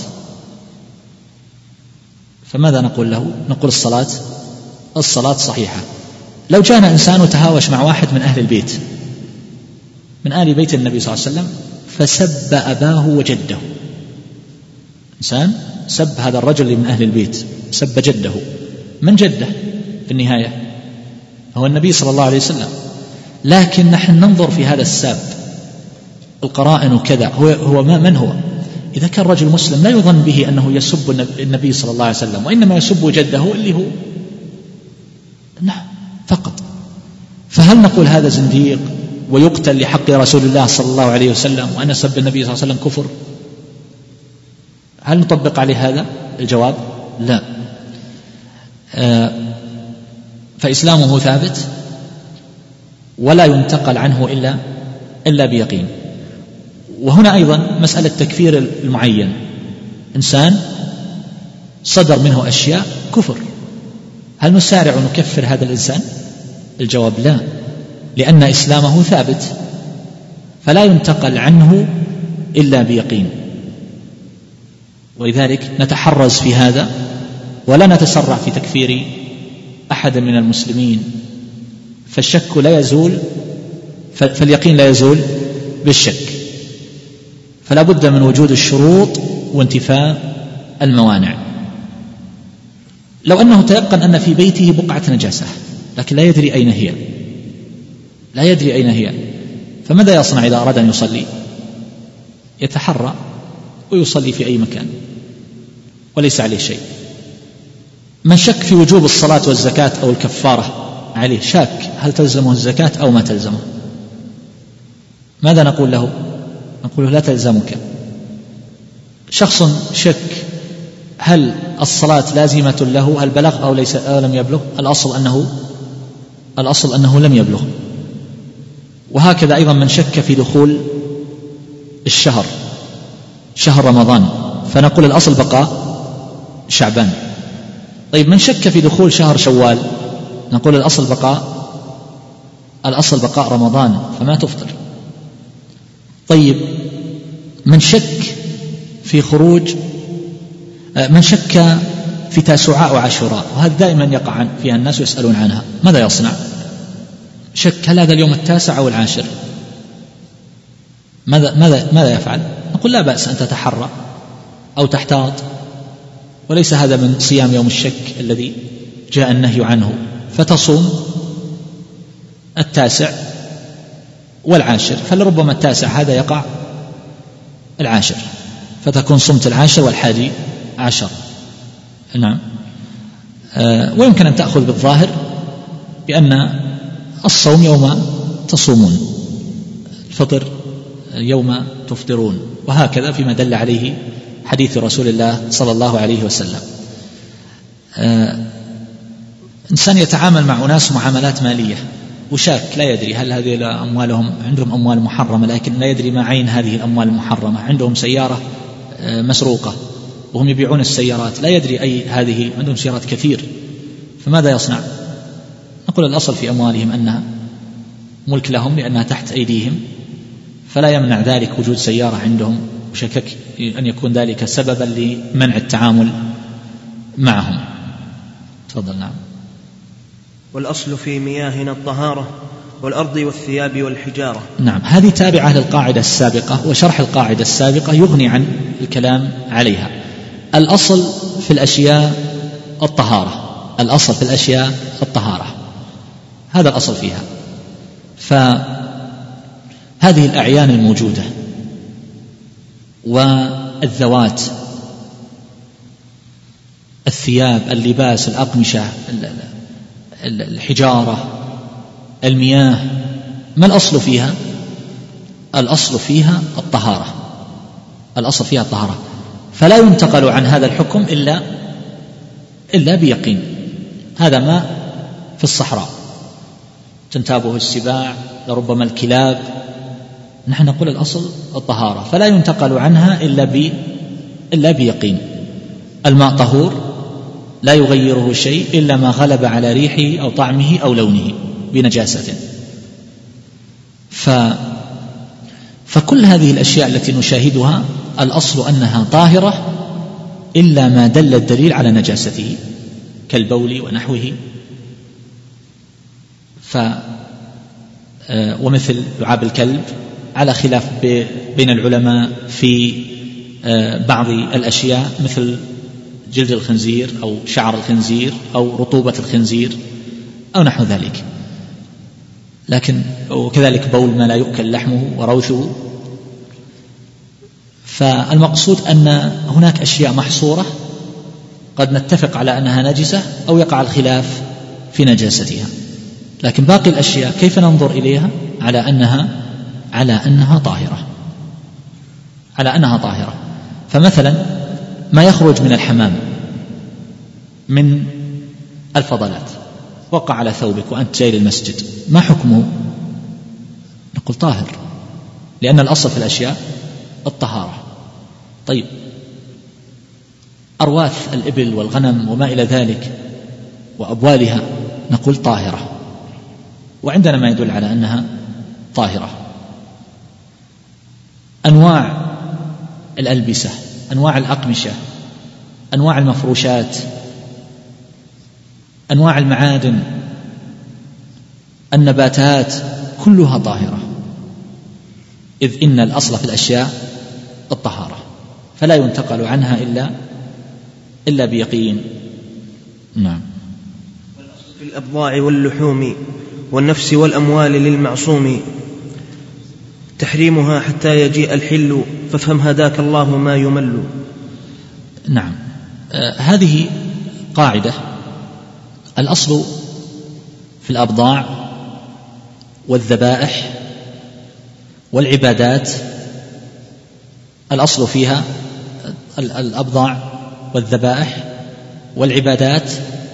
فماذا نقول له؟ نقول الصلاة الصلاة صحيحة. لو جاءنا إنسان وتهاوش مع واحد من أهل البيت من آل بيت النبي صلى الله عليه وسلم فسب أباه وجده، إنسان سب هذا الرجل من أهل البيت، سب جده. من جده في النهاية؟ هو النبي صلى الله عليه وسلم. لكن نحن ننظر في هذا الساب القرائن وكذا، هو, هو ما من هو؟ إذا كان رجل مسلم لا يظن به أنه يسب النبي صلى الله عليه وسلم، وإنما يسب جده اللي هو نعم فقط. فهل نقول هذا زنديق ويقتل لحق رسول الله صلى الله عليه وسلم، وأن سب النبي صلى الله عليه وسلم كفر؟ هل نطبق عليه هذا؟ الجواب لا. آه فإسلامه ثابت ولا ينتقل عنه إلا إلا بيقين. وهنا أيضا مسألة تكفير المعين، إنسان صدر منه أشياء كفر، هل نسارع ونكفر هذا الإنسان؟ الجواب لا، لأن إسلامه ثابت فلا ينتقل عنه إلا بيقين. ولذلك نتحرز في هذا ولا نتسرع في تكفير أحد من المسلمين، فالشك لا يزول، فاليقين لا يزول بالشك، فلا بد من وجود الشروط وانتفاء الموانع. لو أنه تيقن أن في بيته بقعة نجاسة لكن لا يدري أين هي، لا يدري أين هي، فماذا يصنع إذا أراد أن يصلي؟ يتحرى ويصلي في أي مكان وليس عليه شيء. من شك في وجوب الصلاة والزكاة أو الكفارة عليه، شاك هل تلزمه الزكاة أو ما تلزمه، ماذا نقول له؟ نقول له لا تلزمك. شخص شك هل الصلاة لازمة له، هل بلغ أو ليس أو لم يبلغ، الأصل أنه الأصل أنه لم يبلغ. وهكذا أيضا من شك في دخول الشهر، شهر رمضان، فنقول الأصل بقاء شعبان. طيب من شك في دخول شهر شوال، نقول الأصل بقاء الأصل بقاء رمضان فما تفطر. طيب من شك في خروج، من شك في تاسعاء وعاشوراء، وهذا دائما يقع فيها الناس ويسألون عنها، ماذا يصنع؟ شك هل هذا اليوم التاسع أو العاشر، ماذا ماذا ماذا يفعل؟ نقول لا بأس أن تتحرى أو تحتاط، وليس هذا من صيام يوم الشك الذي جاء النهي عنه، فتصوم التاسع والعاشر، فلربما التاسع هذا يقع العاشر، فتكون صمت العاشر والحادي عشر. نعم. أه ويمكن أن تأخذ بالظاهر بأن الصوم يوم تصومون، الفطر يوم تفطرون، وهكذا فيما دل عليه حديث رسول الله صلى الله عليه وسلم. أه إنسان يتعامل مع أناس معاملات مالية وشاك لا يدري هل هذه أموالهم، عندهم أموال محرمة لكن لا يدري ما عين هذه الأموال المحرمة، عندهم سيارة مسروقة وهم يبيعون السيارات، لا يدري أي هذه، عندهم سيارات كثير، فماذا يصنع؟ نقول الأصل في أموالهم أنها ملك لهم لأنها تحت أيديهم، فلا يمنع ذلك وجود سيارة عندهم، وشكك أن يكون ذلك سببا لمنع التعامل معهم. تفضل. نعم. والأصل في مياهنا الطهارة والأرض والثياب والحجارة. نعم، هذه تابعة للقاعدة السابقة، وشرح القاعدة السابقة يغني عن الكلام عليها. الأصل في الأشياء الطهارة، الأصل في الأشياء الطهارة، هذا الأصل فيها. فهذه الأعيان الموجودة والذوات، الثياب، اللباس، الأقمشة، الحجارة، المياه، ما الأصل فيها؟ الأصل فيها الطهارة، الأصل فيها الطهارة، فلا ينتقل عن هذا الحكم إلا إلا بيقين. هذا ماء في الصحراء تنتابه السباع، لربما الكلاب، نحن نقول الأصل الطهارة، فلا ينتقل عنها إلا ب إلا بيقين. الماء طهور لا يغيره شيء إلا ما غلب على ريحه أو طعمه أو لونه بنجاسة. ف فكل هذه الأشياء التي نشاهدها الأصل أنها طاهرة إلا ما دل الدليل على نجاسته كالبول ونحوه. ف ومثل لعاب الكلب على خلاف بين العلماء في بعض الأشياء مثل جلد الخنزير أو شعر الخنزير أو رطوبة الخنزير أو نحو ذلك، لكن وكذلك بول ما لا يؤكل لحمه وروثه. فالمقصود أن هناك أشياء محصورة قد نتفق على أنها نجسة أو يقع الخلاف في نجاستها، لكن باقي الأشياء كيف ننظر إليها؟ على أنها على أنها طاهرة، على أنها طاهرة. فمثلا ما يخرج من الحمام من الفضلات وقع على ثوبك وأنت جاي للمسجد، ما حكمه؟ نقول طاهر، لأن الأصل في الأشياء الطهارة. طيب أرواث الإبل والغنم وما إلى ذلك وأبوالها نقول طاهرة، وعندنا ما يدل على أنها طاهرة. أنواع الألبسة، أنواع الأقمشة، أنواع المفروشات، أنواع المعادن، النباتات، كلها طاهرة، إذ إن الأصل في الأشياء الطهارة، فلا ينتقل عنها إلا إلا بيقين. نعم. والأصل في الأبضاع واللحوم والنفس والأموال للمعصوم تحريمها حتى يجيء الحل، فافهم هداك الله ما يمل. نعم. آه هذه قاعدة. الأصل في الأبضاع والذبائح والعبادات، الأصل فيها الأبضاع والذبائح والعبادات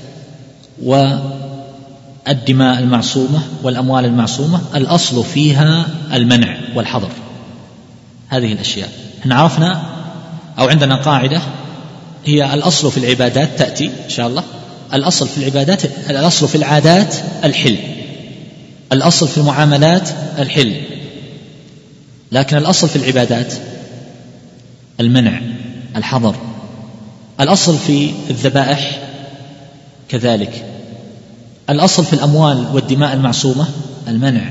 والدماء المعصومة والأموال المعصومة، الأصل فيها المنع والحظر. هذه الأشياء احنا عرفنا أو عندنا قاعدة هي الأصل في العبادات، تأتي إن شاء الله. الأصل في العبادات، الأصل في العادات الحل، الأصل في المعاملات الحل، لكن الأصل في العبادات المنع الحظر. الأصل في الذبائح كذلك. الأصل في الأموال والدماء المعصومة المنع،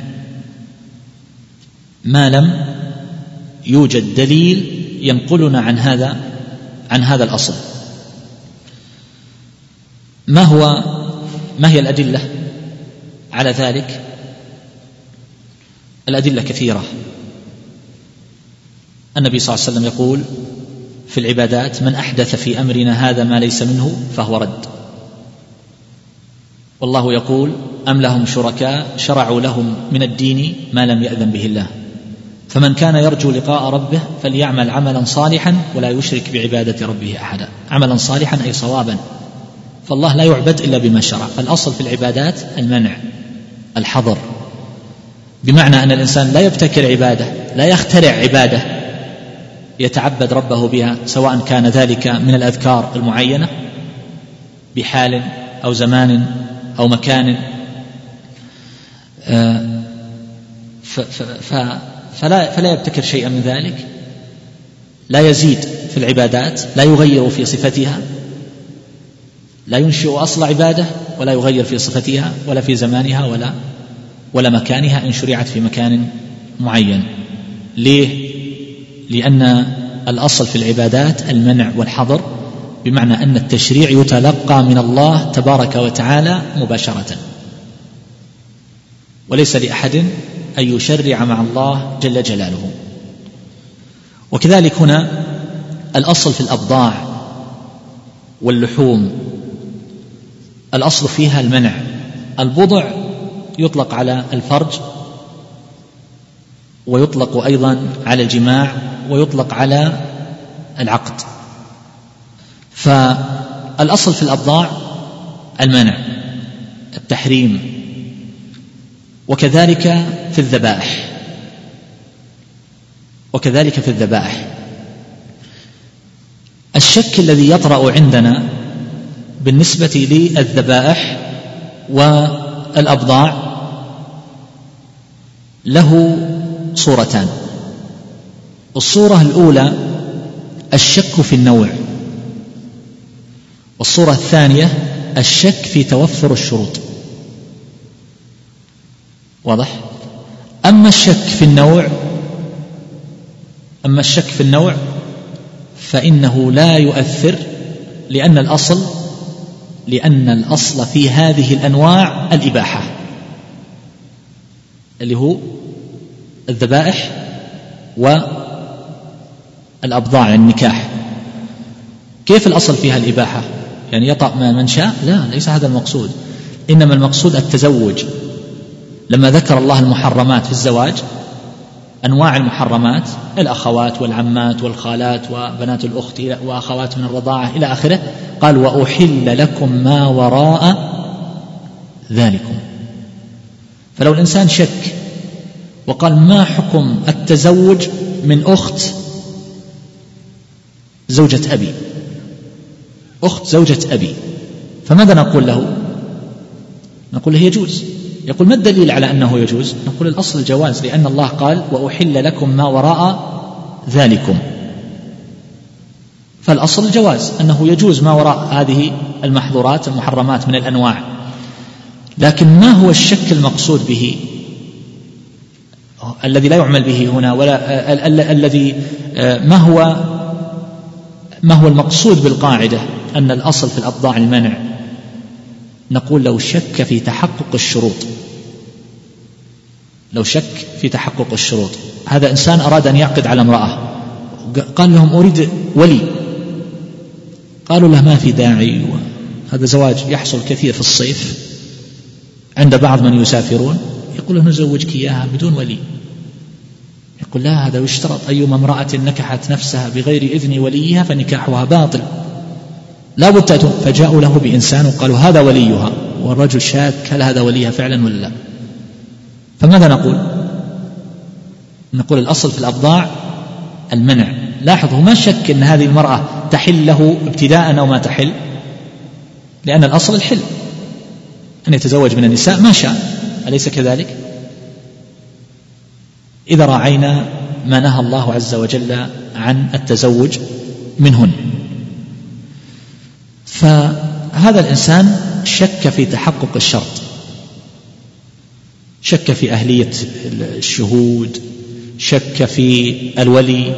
ما لم يوجد دليل ينقلنا عن هذا عن هذا الأصل. ما هو ما هي الأدلة على ذلك؟ الأدلة كثيرة. النبي صلى الله عليه وسلم يقول في العبادات: من أحدث في أمرنا هذا ما ليس منه فهو رد. والله يقول: أم لهم شركاء شرعوا لهم من الدين ما لم يأذن به الله، فمن كان يرجو لقاء ربه فليعمل عملا صالحا ولا يشرك بعبادة ربه أحدا. عملا صالحا أي صوابا، فالله لا يعبد إلا بما شرع. فالأصل في العبادات المنع الحظر، بمعنى أن الإنسان لا يبتكر عبادة، لا يخترع عبادة يتعبد ربه بها، سواء كان ذلك من الأذكار المعينة بحال أو زمان أو مكان، فلا, فلا يبتكر شيئا من ذلك، لا يزيد في العبادات، لا يغير في صفتها، لا ينشئ أصل عبادة ولا يغير في صفتها ولا في زمانها ولا ولا مكانها إن شرعت في مكان معين. ليه؟ لأن الأصل في العبادات المنع والحظر، بمعنى أن التشريع يتلقى من الله تبارك وتعالى مباشرة، وليس لأحد أن يشرع مع الله جل جلاله. وكذلك هنا الأصل في الأبضاع واللحوم، الأصل فيها المنع البضع يطلق على الفرج، ويطلق أيضا على الجماع، ويطلق على العقد. فالأصل في الأبضاع المنع، التحريم، وكذلك في الذبائح وكذلك في الذبائح الشك الذي يطرأ عندنا بالنسبة للذبائح والأبضاع له صورتان. الصورة الأولى الشك في النوع، والصورة الثانية الشك في توفر الشروط. واضح؟ أما الشك في النوع أما الشك في النوع فإنه لا يؤثر، لأن الأصل لأن الأصل في هذه الأنواع الإباحة، اللي هو الذبائح والأبضاع، النكاح. كيف الأصل فيها الإباحة؟ يعني يطأ من شاء؟ لا، ليس هذا المقصود، إنما المقصود التزوج. لما ذكر الله المحرمات في الزواج، أنواع المحرمات، الأخوات والعمات والخالات وبنات الأخت وأخوات من الرضاعة إلى آخره، قال وأحل لكم ما وراء ذلكم. فلو الإنسان شك وقال ما حكم التزوج من أخت زوجة أبي، أخت زوجة أبي، فماذا نقول له؟ نقول له يجوز. يقول ما الدليل على أنه يجوز؟ نقول الأصل الجواز، لأن الله قال وأحل لكم ما وراء ذلكم، فالأصل الجواز، أنه يجوز ما وراء هذه المحظورات المحرمات من الأنواع. لكن ما هو الشك المقصود به الذي لا يعمل به هنا، ولا الذي ما هو ما هو المقصود بالقاعدة أن الأصل في الأبضاع المنع؟ نقول لو شك في تحقق الشروط لو شك في تحقق الشروط هذا إنسان أراد أن يعقد على امرأة، قال لهم أريد ولي، قالوا له ما في داعي، هذا زواج يحصل كثير في الصيف عند بعض من يسافرون، يقول له نزوجك إياها بدون ولي. يقول لا، هذا يشترط أيما امرأة نكحت نفسها بغير إذن وليها فنكاحها باطل، لا بد تأتون. فجاءوا له بإنسان وقالوا هذا وليها، والرجل شاك هل هذا وليها فعلا ولا لا. فماذا نقول؟ نقول الأصل في الأبضاع المنع. لاحظوا ما شك أن هذه المرأة تحل له ابتداء أو ما تحل، لأن الأصل الحل، أن يتزوج من النساء ما شاء، أليس كذلك؟ إذا راعينا ما نهى الله عز وجل عن التزوج منهن. فهذا الإنسان شك في تحقق الشرط، شك في أهلية الشهود، شك في الولي،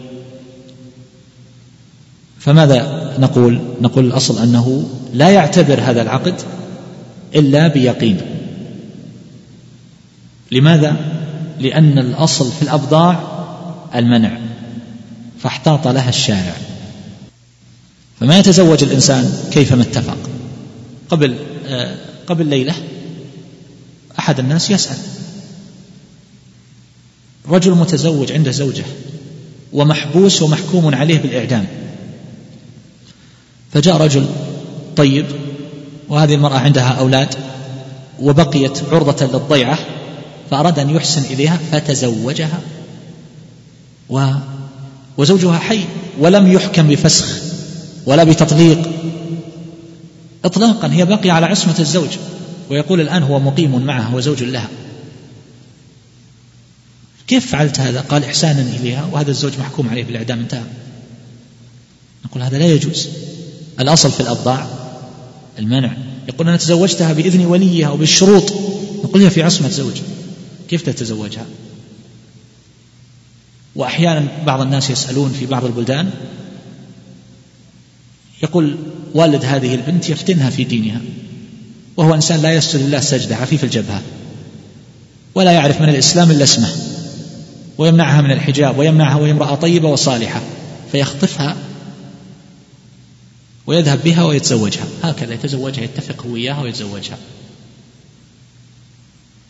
فماذا نقول؟ نقول الأصل أنه لا يعتبر هذا العقد إلا بيقين. لماذا؟ لأن الأصل في الأبضاع المنع، فاحتاط لها الشارع. فما يتزوج الإنسان كيفما اتفق. قبل آه قبل ليلة أحد الناس يسأل، رجل متزوج عنده زوجة ومحبوس ومحكوم عليه بالإعدام، فجاء رجل طيب وهذه المرأة عندها أولاد وبقيت عرضة للضيعة، فأراد أن يحسن إليها فتزوجها و... وزوجها حي ولم يحكم بفسخ ولا بتطليق إطلاقا، هي باقية على عصمة الزوج، ويقول الآن هو مقيم معها وزوج لها. كيف فعلت هذا؟ قال إحسانا إليها وهذا الزوج محكوم عليه بالإعدام، انتهى. نقول هذا لا يجوز. الأصل في الأبضاع المنع. يقول أنا تزوجتها بإذن وليها وبالشروط، نقول هي في عصمة زوج، كيف تتزوجها؟ وأحيانا بعض الناس يسألون في بعض البلدان، يقول والد هذه البنت يفتنها في دينها، وهو إنسان لا يسجد لله سجدة، عفيف الجبهة، ولا يعرف من الإسلام إلا اسمه، ويمنعها من الحجاب ويمنعها وهي امرأة طيبة وصالحة، فيخطفها ويذهب بها ويتزوجها، هكذا يتزوجها، يتفق هو إياها ويتزوجها.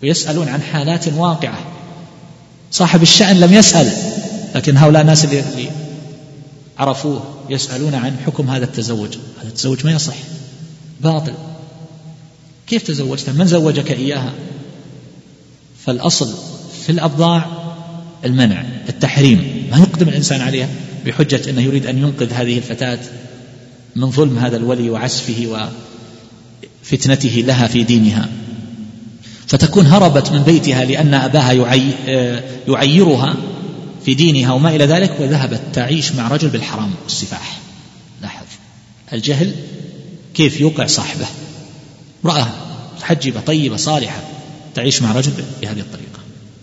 ويسألون عن حالات واقعة. صاحب الشأن لم يسأل، لكن هؤلاء الناس اللي عرفوه يسألون عن حكم هذا التزوج. هذا التزوج ما يصح، باطل، كيف تزوجتها؟ من زوجك إياها؟ فالأصل في الأبضاع المنع، التحريم، ما يقدم الإنسان عليها بحجة أنه يريد أن ينقذ هذه الفتاة من ظلم هذا الولي وعسفه وفتنته لها في دينها، فتكون هربت من بيتها لأن أباها يعيرها في دينها وما إلى ذلك، وذهبت تعيش مع رجل بالحرام والسفاح. لاحظ الجهل كيف يوقع صاحبه. امرأة محجبة طيبة صالحة تعيش مع رجل بهذه الطريقة.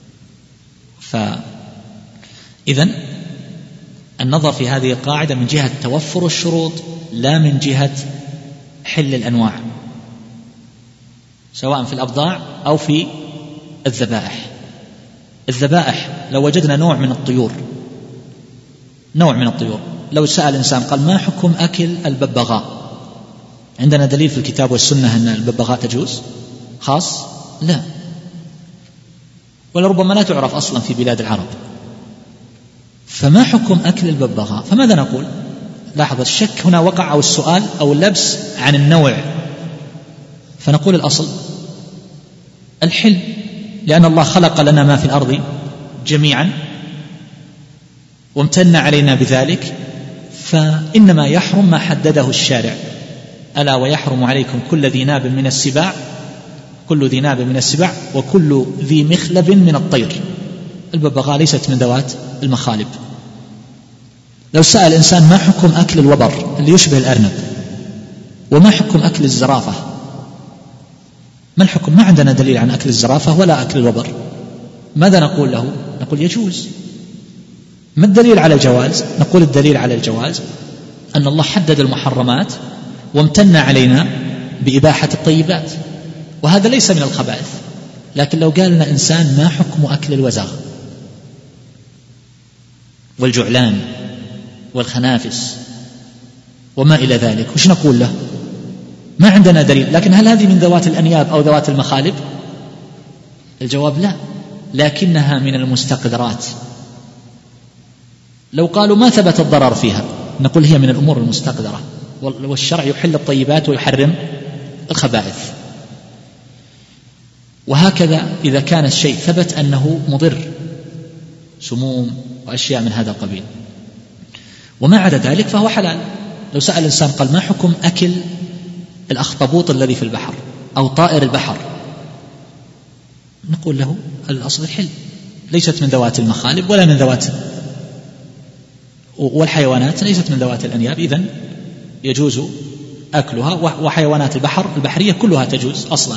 فإذن النظر في هذه القاعدة من جهة توفر الشروط لا من جهة حل الأنواع، سواء في الأبضاع أو في الذبائح. الذبائح لو وجدنا نوع من الطيور، نوع من الطيور، لو سأل إنسان قال ما حكم أكل الببغاء؟ عندنا دليل في الكتاب والسنة أن الببغاء تجوز خاص؟ لا، ولربما لا تعرف أصلا في بلاد العرب. فما حكم أكل الببغاء؟ فماذا نقول؟ لاحظ الشك هنا وقع، أو السؤال أو اللبس عن النوع. فنقول الأصل الحل، لأن الله خلق لنا ما في الأرض جميعا وامتن علينا بذلك، فإنما يحرم ما حدده الشارع. ألا ويحرم عليكم كل ذي ناب من السباع، كل ذي ناب من السباع وكل ذي مخلب من الطير. الببغاء ليست من ذوات المخالب. لو سأل إنسان ما حكم أكل الوبر اللي يشبه الأرنب، وما حكم أكل الزرافة، ما الحكم؟ ما عندنا دليل عن أكل الزرافة ولا أكل الوبر. ماذا نقول له؟ نقول يجوز. ما الدليل على الجواز؟ نقول الدليل على الجواز أن الله حدد المحرمات وامتن علينا بإباحة الطيبات، وهذا ليس من الخبائث. لكن لو قال لنا إنسان ما حكم أكل الوزغ والجعلان والخنافس وما إلى ذلك، وش نقول له؟ ما عندنا دليل. لكن هل هذه من ذوات الأنياب أو ذوات المخالب؟ الجواب لا، لكنها من المستقدرات. لو قالوا ما ثبت الضرر فيها، نقول هي من الأمور المستقدرة، والشرع يحل الطيبات ويحرم الخبائث. وهكذا إذا كان الشيء ثبت أنه مضر، سموم وأشياء من هذا القبيل، وما عدا ذلك فهو حلال. لو سأل الإنسان قال ما حكم أكل الأخطبوط الذي في البحر أو طائر البحر، نقول له الأصل الحل، ليست من ذوات المخالب ولا من ذوات، والحيوانات ليست من ذوات الأنياب، إذن يجوز أكلها. وحيوانات البحر البحرية كلها تجوز أصلا.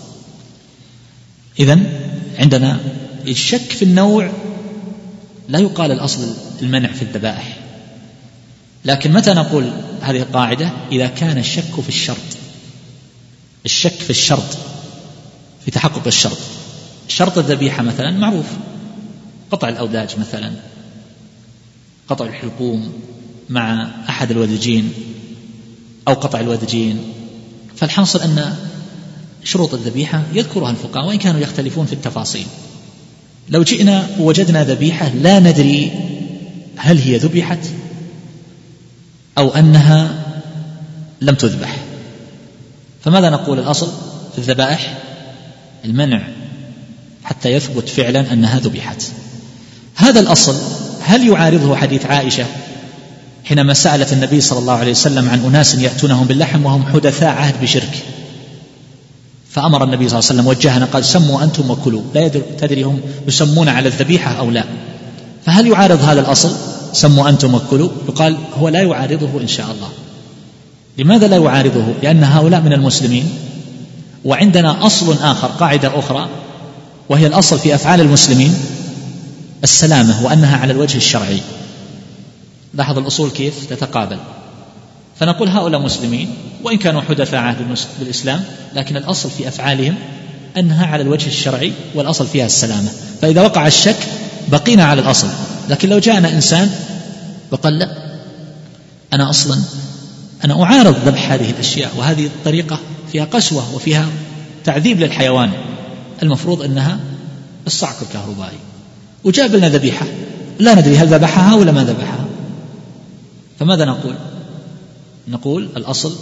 إذن عندنا الشك في النوع لا يقال الأصل المنع في الذبائح. لكن متى نقول هذه القاعدة؟ إذا كان الشك في الشرط، الشك في الشرط في تحقق الشرط. شرط الذبيحة مثلا معروف، قطع الأوداج مثلا، قطع الحلقوم مع أحد الودجين أو قطع الودجين. فالحاصل أن شروط الذبيحة يذكرها الفقهاء وإن كانوا يختلفون في التفاصيل. لو جئنا ووجدنا ذبيحة لا ندري هل هي ذبحت أو أنها لم تذبح، فماذا نقول؟ الأصل في الذبائح المنع حتى يثبت فعلا أنها ذبحت. هذا الأصل هل يعارضه حديث عائشة حينما سألت النبي صلى الله عليه وسلم عن أناس يأتونهم باللحم وهم حدثاء عهد بشرك، فأمر النبي صلى الله عليه وسلم وجهنا قال سموا أنتم وكلوا، لا تدري هم يسمون على الذبيحة أو لا. فهل يعارض هذا الأصل سموا أنتم وكلوا؟ يقال هو لا يعارضه إن شاء الله. لماذا لا يعارضه؟ لأن هؤلاء من المسلمين، وعندنا أصل آخر، قاعدة أخرى، وهي الأصل في أفعال المسلمين السلامة وأنها على الوجه الشرعي. لاحظ الأصول كيف تتقابل. فنقول هؤلاء مسلمين وإن كانوا حدثاء عهد بالإسلام، لكن الأصل في أفعالهم أنها على الوجه الشرعي والأصل فيها السلامة. فإذا وقع الشك بقينا على الأصل. لكن لو جاءنا إنسان وقال لا، أنا أصلا أنا أعارض ذبح هذه الأشياء، وهذه الطريقة فيها قسوة وفيها تعذيب للحيوان، المفروض أنها الصعق الكهربائي، وجاب لنا ذبيحة لا ندري هل ذبحها ولا ما ذبحها، فماذا نقول؟ نقول الأصل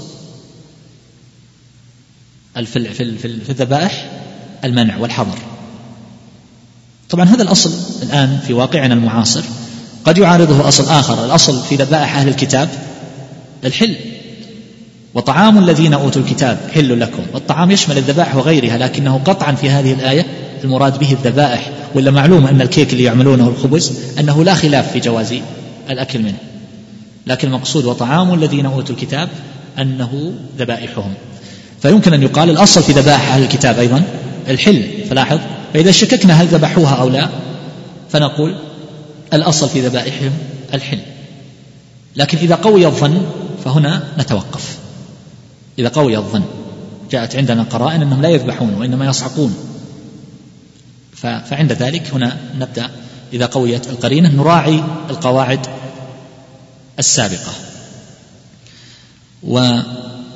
في في الذبائح المنع والحظر. طبعا هذا الأصل الآن في واقعنا المعاصر قد يعارضه أصل آخر. الأصل في ذبائح أهل الكتاب الحل، وطعام الذين أوتوا الكتاب حل لكم، والطعام يشمل الذبائح وغيرها، لكنه قطعا في هذه الآية المراد به الذبائح، ولا معلوم أن الكيك اللي يعملونه الخبز أنه لا خلاف في جواز الأكل منه، لكن المقصود وطعام الذين أوتوا الكتاب أنه ذبائحهم. فيمكن أن يقال الأصل في ذبائح أهل الكتاب أيضا الحل، فلاحظ، فإذا شككنا هل ذبحوها أو لا فنقول الأصل في ذبائحهم الحل. لكن إذا قوي الظن فهنا نتوقف. إذا قوي الظن جاءت عندنا قرائن أنهم لا يذبحون وإنما يصعقون، فعند ذلك هنا نبدأ إذا قويت القرينة نراعي القواعد السابقة. وهل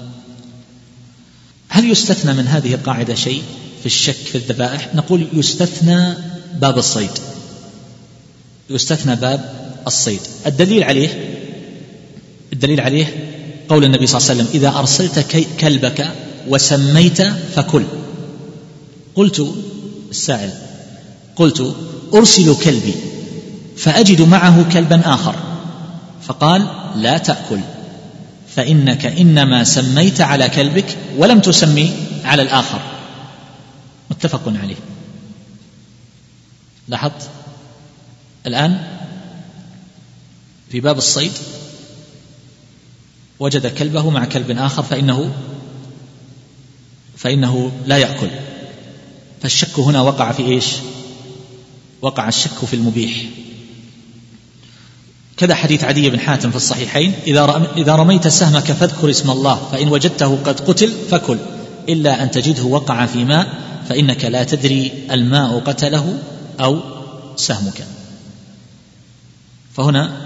يستثنى من هذه القاعدة شيء في الشك في الذبائح؟ نقول يستثنى باب الصيد، يستثنى باب الصيد. الدليل عليه الدليل عليه قول النبي صلى الله عليه وسلم: إذا أرسلت كلبك وسميت فكل. قلت السائل قلت أرسل كلبي فأجد معه كلبا آخر، فقال: لا تأكل، فإنك إنما سميت على كلبك ولم تسمي على الآخر. متفق عليه. لاحظت الآن في باب الصيد وجد كلبه مع كلب آخر فإنه فإنه لا يأكل، فالشك هنا وقع في إيش؟ وقع الشك في المبيح. كذا حديث عدي بن حاتم في الصحيحين: إذا رميت سهمك فاذكر اسم الله، فإن وجدته قد قتل فكل، إلا أن تجده وقع في ماء، فإنك لا تدري الماء قتله أو سهمك. فهنا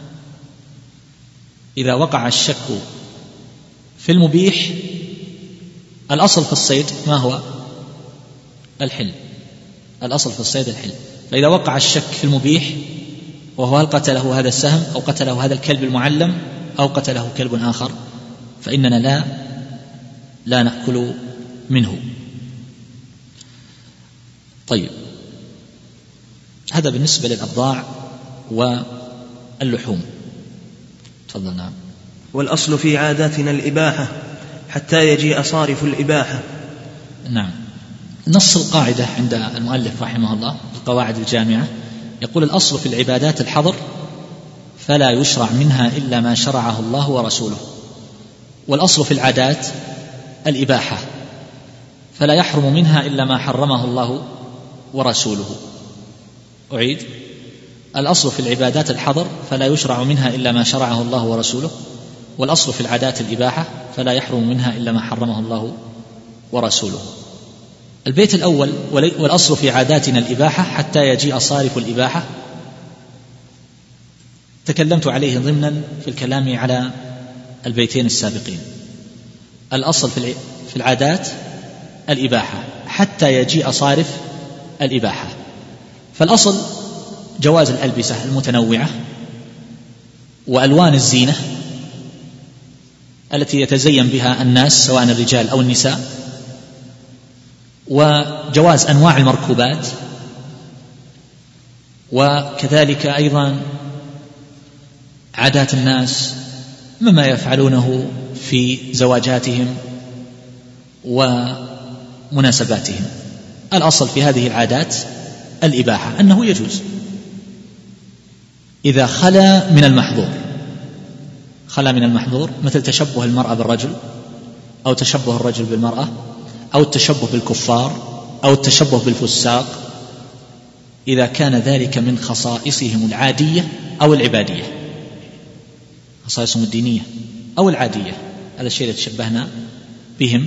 إذا وقع الشك في المبيح، الأصل في الصيد ما هو؟ الحل. الأصل في الصيد الحل. فإذا وقع الشك في المبيح وهو هل قتله هذا السهم أو قتله هذا الكلب المعلم أو قتله كلب آخر، فإننا لا لا نأكل منه. طيب، هذا بالنسبة للأبضاع واللحوم. تفضل. نعم. والأصل في عاداتنا الإباحة حتى يجيء صارف الإباحة. نعم. نص القاعدة عند المؤلف رحمه الله القواعد الجامعة يقول: الأصل في العبادات الحظر، فلا يشرع منها إلا ما شرعه الله ورسوله. والأصل في العادات الإباحة، فلا يحرم منها إلا ما حرمه الله ورسوله. أعيد: الأصل في العبادات الحظر، فلا يشرع منها إلا ما شرعه الله ورسوله. والأصل في العادات الإباحة، فلا يحرم منها إلا ما حرمه الله ورسوله. البيت الأول: والأصل في عاداتنا الإباحة حتى يجيء صارف الإباحة، تكلمت عليه ضمنا في الكلام على البيتين السابقين. الأصل في العادات الإباحة حتى يجيء صارف الإباحة. فالأصل جواز الألبسة المتنوعة وألوان الزينة التي يتزين بها الناس سواء الرجال أو النساء، وجواز أنواع المركوبات، وكذلك أيضا عادات الناس مما يفعلونه في زواجاتهم ومناسباتهم. الأصل في هذه العادات الإباحة أنه يجوز إذا خلا من المحظور. خلا من المحظور مثل تشبه المرأة بالرجل، أو تشبه الرجل بالمرأة، أو التشبه بالكفار، أو التشبه بالفساق، إذا كان ذلك من خصائصهم العادية أو العبادية، خصائصهم الدينية أو العادية، هذا الشيء الذي تشبهنا بهم.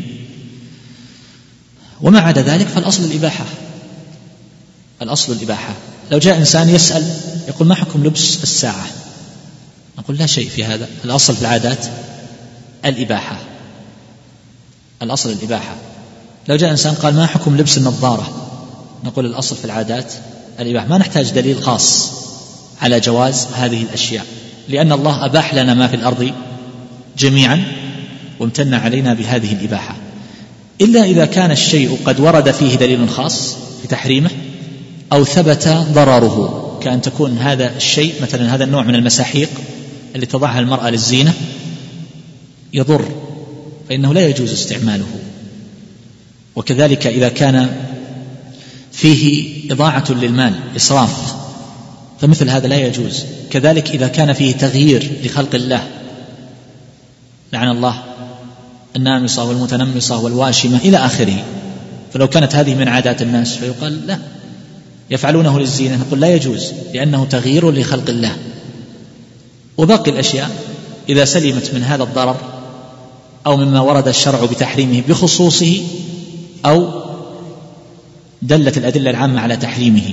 وما عدا ذلك فالأصل الإباحة. الأصل الإباحة. لو جاء إنسان يسأل يقول: ما حكم لبس الساعة؟ نقول: لا شيء في هذا، الأصل في العادات الإباحة. الأصل الإباحة. لو جاء إنسان قال ما حكم لبس النظارة، نقول الأصل في العادات الإباحة، ما نحتاج دليل خاص على جواز هذه الأشياء، لأن الله أباح لنا ما في الأرض جميعا وامتن علينا بهذه الإباحة، إلا إذا كان الشيء قد ورد فيه دليل خاص في تحريمه أو ثبت ضرره، كأن تكون هذا الشيء مثلا هذا النوع من المساحيق اللي تضعها المرأة للزينة يضر، فإنه لا يجوز استعماله. وكذلك إذا كان فيه إضاعة للمال إسراف فمثل هذا لا يجوز. كذلك إذا كان فيه تغيير لخلق الله، لعن الله النامصة والمتنمصة والواشمة إلى آخره، فلو كانت هذه من عادات الناس فيقال لا يفعلونه للزينة، نقول لا يجوز لأنه تغيير لخلق الله. وباقي الأشياء إذا سلمت من هذا الضرر أو مما ورد الشرع بتحريمه بخصوصه أو دلت الأدلة العامة على تحريمه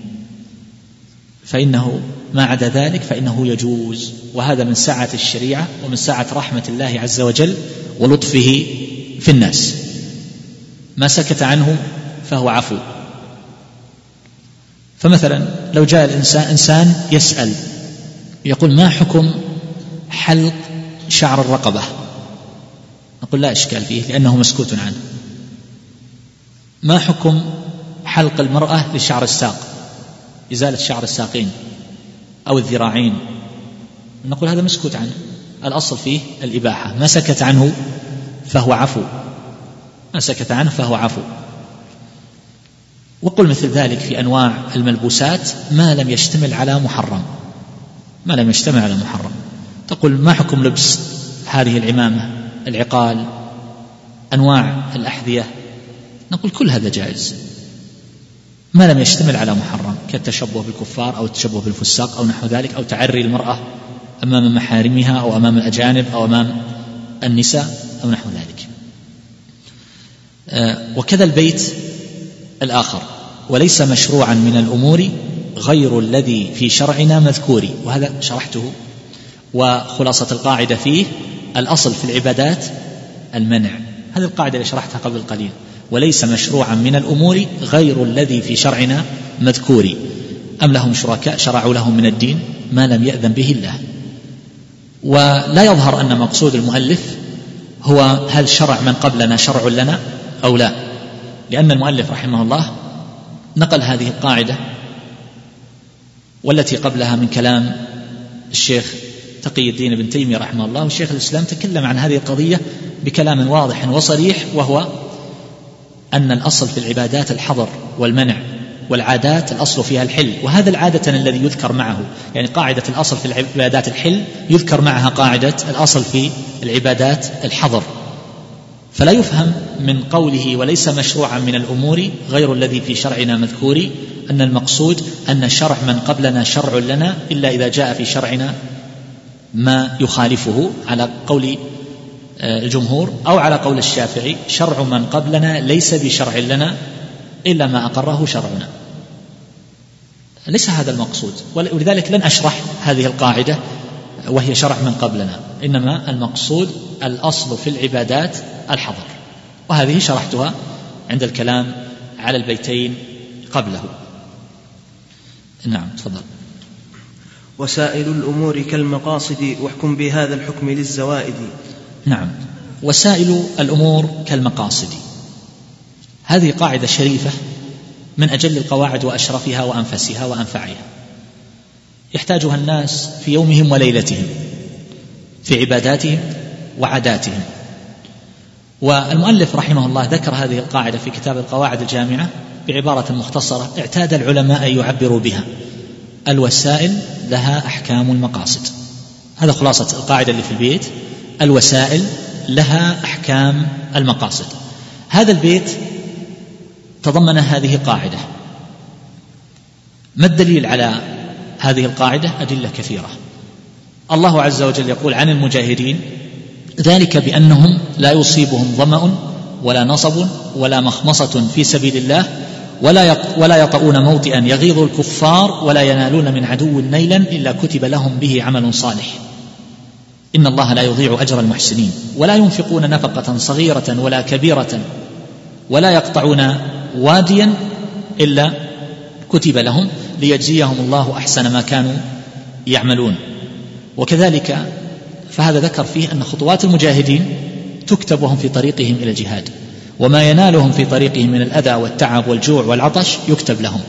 فإنه ما عدا ذلك فإنه يجوز. وهذا من سعة الشريعة ومن سعة رحمة الله عز وجل ولطفه في الناس، ما سكت عنه فهو عفو. فمثلا لو جاء الإنسان إنسان يسأل يقول ما حكم حلق شعر الرقبة، نقول لا إشكال فيه لأنه مسكوت عنه. ما حكم حلق المرأة لشعر الساق، إزالة شعر الساقين أو الذراعين، نقول هذا مسكوت عنه، الأصل فيه الإباحة، ما سكت عنه فهو عفو، ما سكت عنه فهو عفو. وقل مثل ذلك في أنواع الملبوسات ما لم يشتمل على محرم، ما لم يشتمل على محرم، تقول ما حكم لبس هذه العمامة، العقال، أنواع الأحذية، نقول كل هذا جائز ما لم يشتمل على محرم، كالتشبه بالكفار أو التشبه بالفساق أو نحو ذلك، أو تعري المرأة أمام محارمها أو أمام الأجانب أو أمام النساء أو نحو ذلك. وكذا البيت الآخر، وليس مشروعا من الأمور غير الذي في شرعنا مذكور، وهذا شرحته. وخلاصة القاعدة فيه الأصل في العبادات المنع، هذه القاعدة اللي شرحتها قبل قليل، وليس مشروعا من الأمور غير الذي في شرعنا مذكور، أم لهم شركاء شرعوا لهم من الدين ما لم يأذن به الله. ولا يظهر أن مقصود المؤلف هو هل شرع من قبلنا شرع لنا أو لا، لأن المؤلف رحمه الله نقل هذه القاعدة والتي قبلها من كلام الشيخ تقي الدين ابن تيمية رحمه الله، والشيخ الإسلام تكلم عن هذه القضية بكلام واضح وصريح، وهو أن الأصل في العبادات الحظر والمنع، والعادات الأصل فيها الحل، وهذا العادة الذي يذكر معه، يعني قاعدة الأصل في العبادات الحل يذكر معها قاعدة الأصل في العبادات الحظر. فلا يفهم من قوله وليس مشروعا من الأمور غير الذي في شرعنا مذكور أن المقصود أن شرع من قبلنا شرع لنا إلا إذا جاء في شرعنا ما يخالفه، على قول الجمهور، أو على قول الشافعي شرع من قبلنا ليس بشرع لنا إلا ما أقره شرعنا. ليس هذا المقصود، ولذلك لن أشرح هذه القاعدة وهي شرع من قبلنا، إنما المقصود الأصل في العبادات الحظر، وهذه شرحتها عند الكلام على البيتين قبله. نعم تفضل. وسائل الأمور كالمقاصد واحكم بهذا الحكم للزوائد. نعم، وسائل الأمور كالمقاصد، هذه قاعدة شريفة من أجل القواعد وأشرفها وأنفسها وأنفعها، يحتاجها الناس في يومهم وليلتهم، في عباداتهم وعاداتهم. والمؤلف رحمه الله ذكر هذه القاعدة في كتاب القواعد الجامعة بعبارة مختصرة اعتاد العلماء أن يعبروا بها: الوسائل لها أحكام المقاصد. هذا خلاصة القاعدة اللي في البيت، الوسائل لها أحكام المقاصد. هذا البيت تضمن هذه القاعدة. ما الدليل على هذه القاعدة؟ أدلة كثيرة. الله عز وجل يقول عن المجاهدين: ذلك بأنهم لا يصيبهم ظمأ ولا نصب ولا مخمصة في سبيل الله ولا ولا يطؤون موطئا يغيظ الكفار ولا ينالون من عدو نيلا إلا كتب لهم به عمل صالح إن الله لا يضيع أجر المحسنين ولا ينفقون نفقة صغيرة ولا كبيرة ولا يقطعون واديا إلا كتب لهم ليجزيهم الله أحسن ما كانوا يعملون. وكذلك فهذا ذكر فيه أن خطوات المجاهدين تكتب وهم في طريقهم إلى الجهاد، وما ينالهم في طريقهم من الأذى والتعب والجوع والعطش يكتب لهم.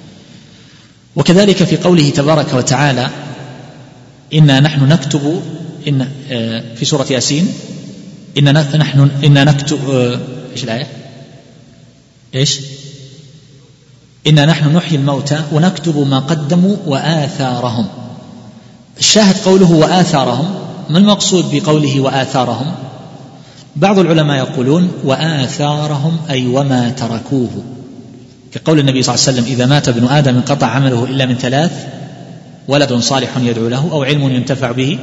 وكذلك في قوله تبارك وتعالى إنا نحن نكتب إن في سورة ياسين إن نحن إن نكتب إيش الآية؟ إيش؟ إنا نحن نحيي الموتى ونكتب ما قدموا وآثارهم. الشاهد قوله وآثارهم. ما المقصود بقوله وآثارهم؟ بعض العلماء يقولون وآثارهم أي وما تركوه، كقول النبي صلى الله عليه وسلم إذا مات ابن آدم انقطع عمله إلا من ثلاث: ولد صالح يدعو له، أو علم ينتفع به،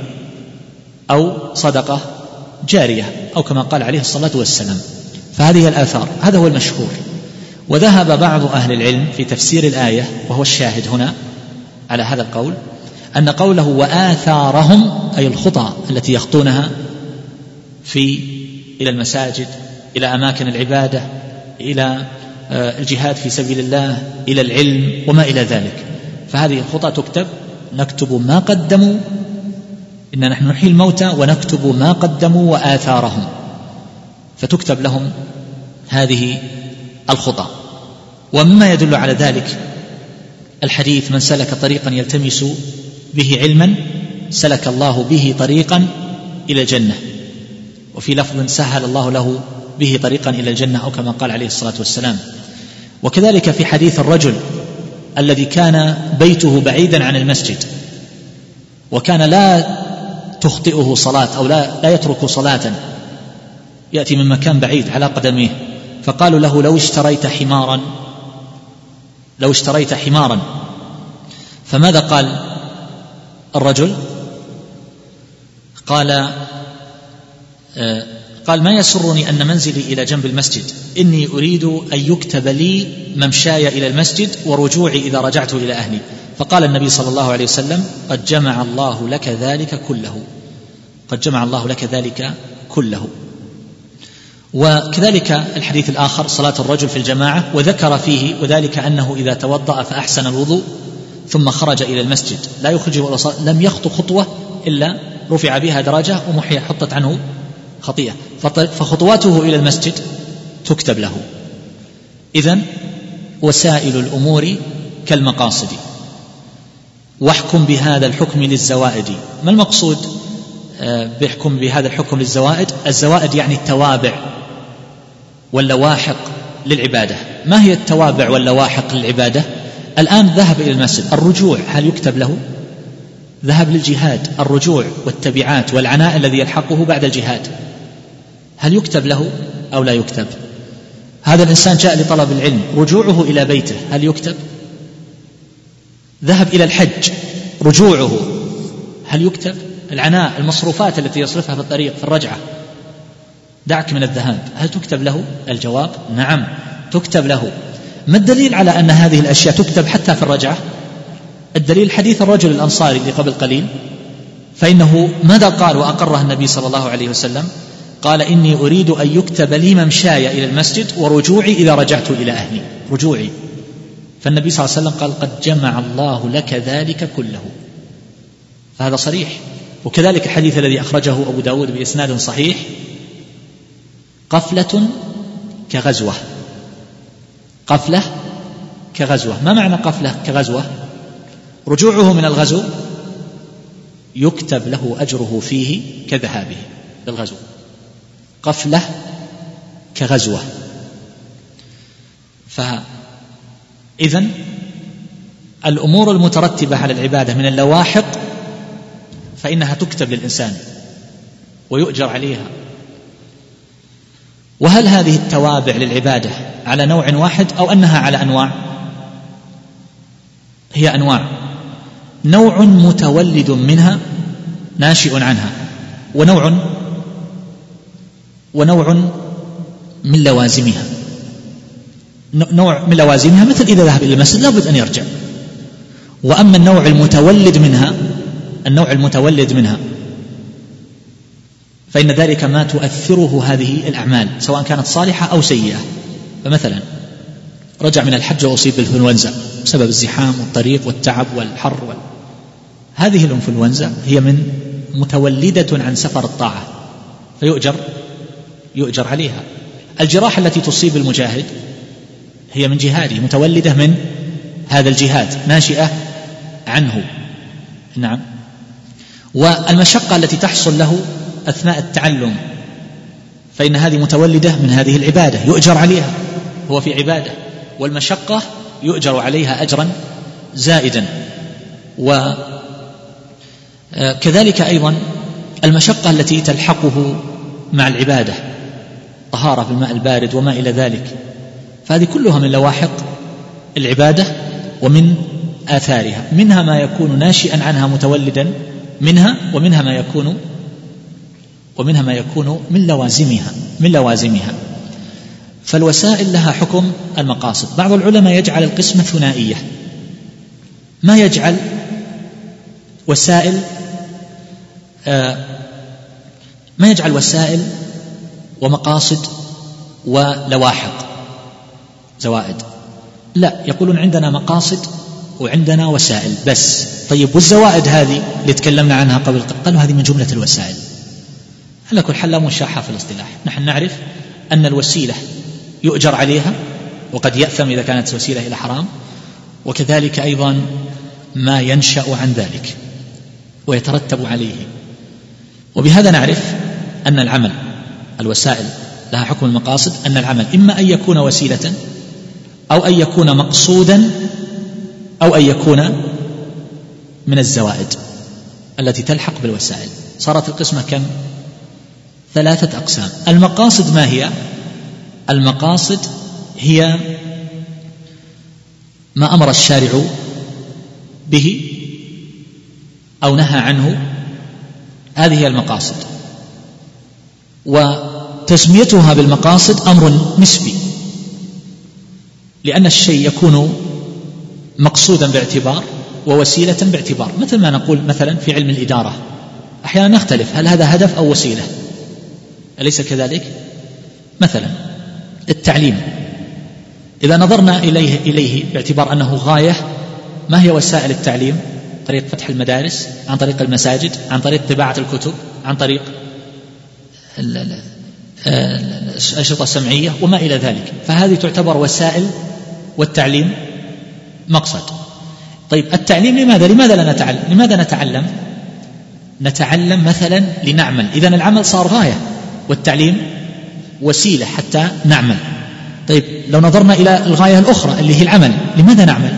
أو صدقة جارية، أو كما قال عليه الصلاة والسلام. فهذه الآثار، هذا هو المشهور. وذهب بعض أهل العلم في تفسير الآية، وهو الشاهد هنا على هذا القول، أن قوله وآثارهم أي الخطى التي يخطونها في إلى المساجد، إلى أماكن العبادة، إلى الجهاد في سبيل الله، إلى العلم وما إلى ذلك. فهذه الخطى تكتب، نكتب ما قدموا، إن نحن نحيي الموتى ونكتب ما قدموا وآثارهم، فتكتب لهم هذه الخطى. ومما يدل على ذلك الحديث من سلك طريقا يلتمس به علما سلك الله به طريقا إلى الجنة، وفي لفظ سهل الله له به طريقا إلى الجنة، أو كما قال عليه الصلاة والسلام. وكذلك في حديث الرجل الذي كان بيته بعيدا عن المسجد، وكان لا تخطئه صلاة أو لا, لا يترك صلاة، يأتي من مكان بعيد على قدميه، فقالوا له لو اشتريت حمارا لو اشتريت حمارا فماذا قال الرجل؟ قال آه قال ما يسرني أن منزلي إلى جنب المسجد، إني أريد أن يكتب لي ممشاي إلى المسجد ورجوعي إذا رجعت إلى أهلي. فقال النبي صلى الله عليه وسلم قد جمع الله لك ذلك كله، قد جمع الله لك ذلك كله. وكذلك الحديث الآخر صلاة الرجل في الجماعة، وذكر فيه وذلك أنه إذا توضأ فأحسن الوضوء ثم خرج إلى المسجد لا يخرجه لم يخطو خطوة إلا رفع بها درجة ومحي حطت عنه خطيئة، فخطواته إلى المسجد تكتب له. إذن وسائل الأمور كالمقاصد، واحكم بهذا الحكم للزوائد. ما المقصود بحكم بهذا الحكم للزوائد؟ الزوائد يعني التوابع واللواحق للعبادة. ما هي التوابع واللواحق للعبادة؟ الآن ذهب إلى المسجد، الرجوع هل يكتب له؟ ذهب للجهاد، الرجوع والتبعات والعناء الذي يلحقه بعد الجهاد هل يكتب له أو لا يكتب؟ هذا الإنسان جاء لطلب العلم، رجوعه إلى بيته هل يكتب؟ ذهب إلى الحج، رجوعه هل يكتب؟ العناء، المصروفات التي يصرفها في الطريق في الرجعة، دعك من الذهاب، هل تكتب له؟ الجواب نعم تكتب له. ما الدليل على أن هذه الأشياء تكتب حتى في الرجعة؟ الدليل حديث الرجل الأنصاري اللي قبل قليل، فإنه ماذا قال وأقره النبي صلى الله عليه وسلم؟ قال إني أريد أن يكتب لي ممشاي إلى المسجد ورجوعي إذا رجعت إلى أهلي، رجوعي. فالنبي صلى الله عليه وسلم قال قد جمع الله لك ذلك كله، فهذا صريح. وكذلك الحديث الذي أخرجه أبو داود بإسناد صحيح قفلة كغزوة، قفلة كغزوة. ما معنى قفلة كغزوة؟ رجوعه من الغزو يكتب له أجره فيه كذهابه للغزو، قفلة كغزوة. فإذن الأمور المترتبة على العبادة من اللواحق فإنها تكتب للإنسان ويؤجر عليها. وهل هذه التوابع للعبادة على نوع واحد أو أنها على أنواع؟ هي أنواع، نوع متولد منها ناشئ عنها، ونوع ونوع من لوازمها. نوع من لوازمها مثل إذا ذهب إلى المسجد لابد أن يرجع. وأما النوع المتولد منها النوع المتولد منها فإن ذلك ما تؤثره هذه الأعمال سواء كانت صالحة أو سيئة. فمثلا رجع من الحج وأصيب بالإنفلونزا بسبب الزحام والطريق والتعب والحر وال... هذه الإنفلونزا هي من متولدة عن سفر الطاعة فيؤجر يؤجر عليها. الجراحة التي تصيب المجاهد هي من جهاده، متولدة من هذا الجهاد، ناشئة عنه. نعم. والمشقة التي تحصل له أثناء التعلم فإن هذه متولدة من هذه العبادة، يؤجر عليها، هو في عبادة، والمشقة يؤجر عليها أجرا زائدا. وكذلك أيضا المشقة التي تلحقه مع العبادة، طهارة في الماء البارد وما إلى ذلك، فهذه كلها من لواحق العبادة ومن آثارها، منها ما يكون ناشئا عنها متولدا منها، ومنها ما يكون ومنها ما يكون من لوازمها من لوازمها فالوسائل لها حكم المقاصد. بعض العلماء يجعل القسمة ثنائية، ما يجعل وسائل آه ما يجعل وسائل ومقاصد ولواحق زوائد، لا، يقولون عندنا مقاصد وعندنا وسائل بس. طيب والزوائد هذه اللي تكلمنا عنها قبل، قالوا هذه من جملة الوسائل. على كل حال لا مشاحة في الاصطلاح، نحن نعرف أن الوسيلة يؤجر عليها وقد يأثم إذا كانت وسيلة إلى حرام، وكذلك أيضا ما ينشأ عن ذلك ويترتب عليه. وبهذا نعرف أن العمل الوسائل لها حكم المقاصد، أن العمل إما أن يكون وسيلة أو أن يكون مقصودا أو أن يكون من الزوائد التي تلحق بالوسائل. صارت القسمة كم؟ ثلاثة أقسام. المقاصد ما هي؟ المقاصد هي ما أمر الشارع به أو نهى عنه، هذه هي المقاصد. وتسميتها بالمقاصد أمر نسبي، لأن الشيء يكون مقصودا باعتبار ووسيلة باعتبار. مثل ما نقول مثلا في علم الإدارة أحيانا نختلف هل هذا هدف أو وسيلة، أليس كذلك؟ مثلا التعليم إذا نظرنا إليه, إليه باعتبار أنه غاية، ما هي وسائل التعليم؟ طريق فتح المدارس، عن طريق المساجد، عن طريق طباعة الكتب، عن طريق الأشرطة السمعية وما إلى ذلك، فهذه تعتبر وسائل، والتعليم مقصد. طيب التعليم لماذا؟ لماذا لا نتعلم؟ لماذا نتعلم؟ نتعلم مثلا لنعمل، إذن العمل صار غاية والتعليم وسيلة حتى نعمل. طيب لو نظرنا إلى الغاية الأخرى اللي هي العمل، لماذا نعمل؟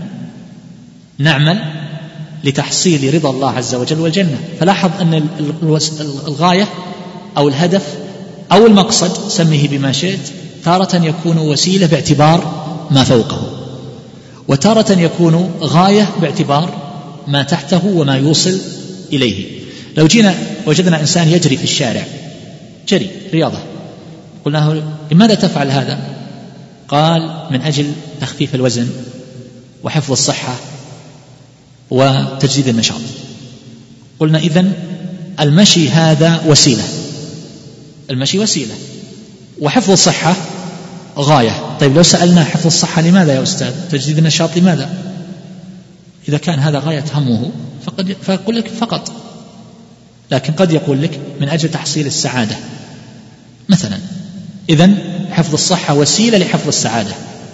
نعمل لتحصيل رضا الله عز وجل والجنة. فلاحظ أن الغاية أو الهدف أو المقصد سميه بما شئت، تارة يكون وسيلة باعتبار ما فوقه، وتارة يكون غاية باعتبار ما تحته وما يوصل إليه. لو جينا وجدنا إنسان يجري في الشارع، جري رياضة، قلنا له لماذا تفعل هذا؟ قال من أجل تخفيف الوزن وحفظ الصحة وتجديد النشاط. قلنا إذن المشي هذا وسيلة، المشي وسيلة، وحفظ الصحة غاية. طيب لو سألنا حفظ الصحة لماذا يا أستاذ؟ تجديد النشاط لماذا؟ إذا كان هذا غاية همه فقد فأقول لك فقط، لكن قد يقول لك من أجل تحصيل السعادة مثلا. إذن حفظ الصحة وسيلة لحفظ السعادة،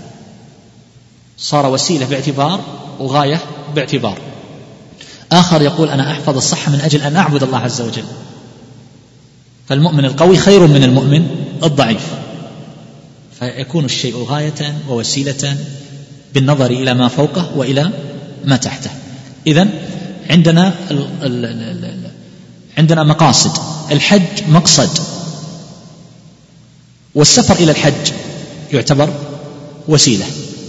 صار وسيلة باعتبار وغاية باعتبار. آخر يقول أنا أحفظ الصحة من أجل أن أعبد الله عز وجل، فالمؤمن القوي خير من المؤمن الضعيف، فيكون الشيء غاية ووسيلة بالنظر إلى ما فوقه وإلى ما تحته. إذن عندنا ال ال ال ال عندنا مقاصد. الحج مقصد، والسفر إلى الحج يعتبر وسيلة.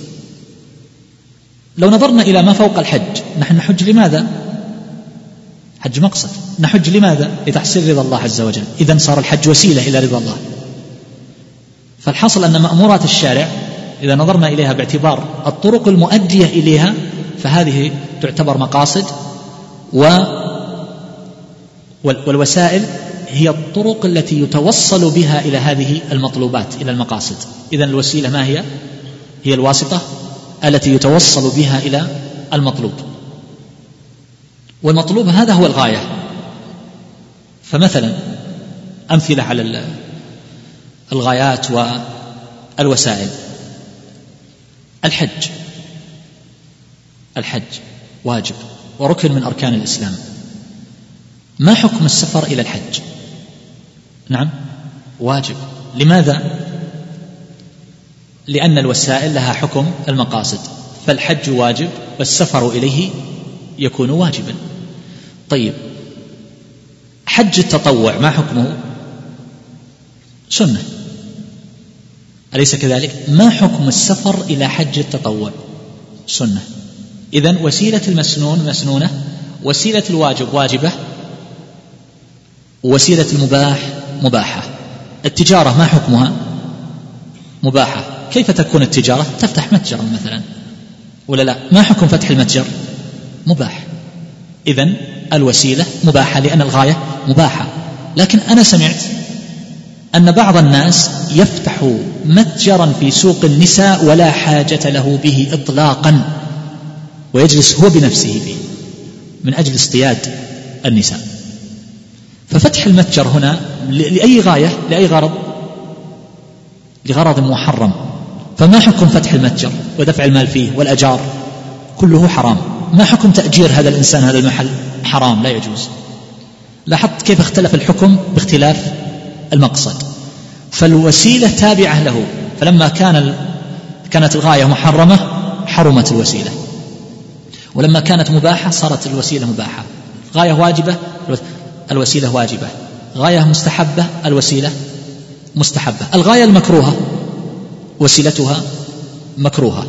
لو نظرنا إلى ما فوق الحج، نحن نحج لماذا؟ حج مقصد. نحج لماذا؟ لتحصيل رضا الله عز وجل. إذن صار الحج وسيلة إلى رضا الله. فالحاصل أن مأمورات الشارع إذا نظرنا إليها باعتبار الطرق المؤدية إليها، فهذه تعتبر مقاصد، و والوسائل هي الطرق التي يتوصل بها إلى هذه المطلوبات، إلى المقاصد. إذن الوسيلة ما هي؟ هي الواسطة التي يتوصل بها إلى المطلوب، والمطلوب هذا هو الغاية. فمثلا أمثلة على الغايات والوسائل: الحج الحج واجب وركن من أركان الإسلام. ما حكم السفر إلى الحج؟ نعم واجب. لماذا؟ لأن الوسائل لها حكم المقاصد، فالحج واجب والسفر إليه يكون واجبا. طيب حج التطوع ما حكمه؟ سنة، أليس كذلك؟ ما حكم السفر إلى حج التطوع؟ سنة. إذن وسيلة المسنون مسنونة، وسيلة الواجب واجبة، ووسيلة المباح مباحة. التجارة ما حكمها؟ مباحة. كيف تكون التجارة؟ تفتح متجرا مثلا ولا لا؟ ما حكم فتح المتجر؟ مباح. إذن الوسيلة مباحة لأن الغاية مباحة. لكن أنا سمعت أن بعض الناس يفتح متجرا في سوق النساء ولا حاجة له به إطلاقا، ويجلس هو بنفسه فيه من أجل اصطياد النساء. ففتح المتجر هنا لأي غاية؟ لأي غرض؟ لغرض محرم. فما حكم فتح المتجر ودفع المال فيه والأجار؟ كله حرام. ما حكم تأجير هذا الإنسان هذا المحل؟ حرام، لا يجوز. لاحظت كيف اختلف الحكم باختلاف المقصد. فالوسيلة تابعة له، فلما كان كانت الغاية محرمة حرمت الوسيلة، ولما كانت مباحة صارت الوسيلة مباحة. غاية واجبة الوسيلة واجبة، غاية مستحبة الوسيلة مستحبة. الغاية المكروهة وسيلتها مكروهة.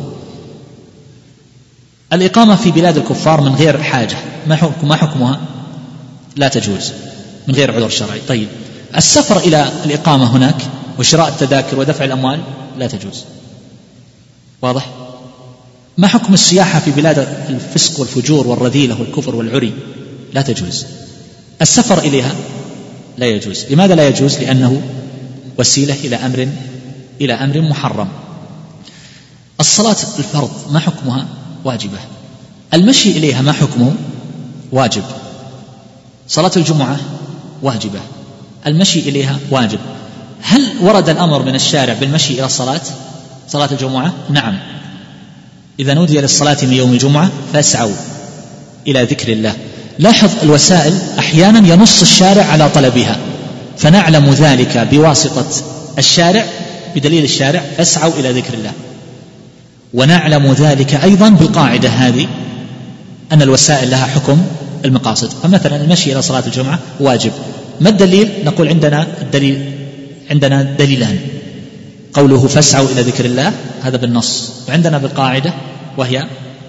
الإقامة في بلاد الكفار من غير حاجة ما حكم ما حكمها؟ لا تجوز من غير عذر شرعي. طيب السفر إلى الإقامة هناك وشراء التذاكر ودفع الأموال لا تجوز. واضح؟ ما حكم السياحة في بلاد الفسق والفجور والرذيلة والكفر والعري؟ لا تجوز. السفر إليها لا يجوز. لماذا لا يجوز؟ لأنه وسيلة إلى أمر إلى أمر محرم. الصلاة الفرض ما حكمها؟ واجبة. المشي إليها ما حكمه؟ واجب. صلاة الجمعة واجبة، المشي إليها واجب. هل ورد الأمر من الشارع بالمشي إلى الصلاة صلاة الجمعة؟ نعم. إذا نودي للصلاة من يوم الجمعة فاسعوا إلى ذكر الله. لاحظ الوسائل أحيانا ينص الشارع على طلبها، فنعلم ذلك بواسطة الشارع بدليل الشارع فاسعوا إلى ذكر الله، ونعلم ذلك أيضا بالقاعدة هذه أن الوسائل لها حكم المقاصد. فمثلا المشي إلى صلاة الجمعة واجب. ما الدليل؟ نقول عندنا الدليل عندنا دليلان: قوله فاسعوا إلى ذكر الله هذا بالنص، وعندنا بالقاعدة وهي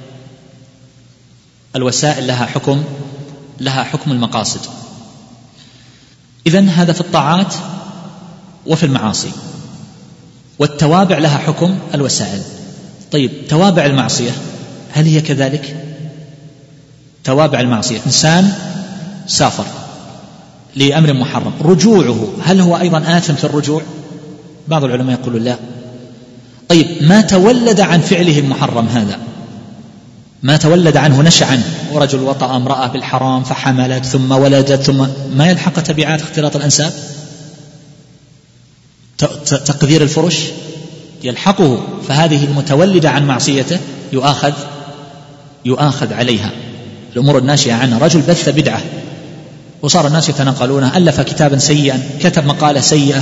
الوسائل لها حكم لها حكم المقاصد. إذن هذا في الطاعات وفي المعاصي، والتوابع لها حكم الوسائل. طيب توابع المعصية هل هي كذلك؟ توابع المعصية إنسان سافر لأمر محرم، رجوعه هل هو أيضا آثم في الرجوع؟ بعض العلماء يقولون لا. طيب ما تولد عن فعله المحرم هذا، ما تولد عنه نشأ عنه، ورجل وطأ امرأة بالحرام فحملت ثم ولدت ثم ما يلحق تبعات اختلاط الأنساب؟ تقدير الفرش يلحقه، فهذه المتولدة عن معصيته يؤاخذ يؤاخذ عليها. الأمور الناشئة عنه رجل بث بدعة وصار الناس يتناقلونه، ألف كتابا سيئا، كتب مقالة سيئة،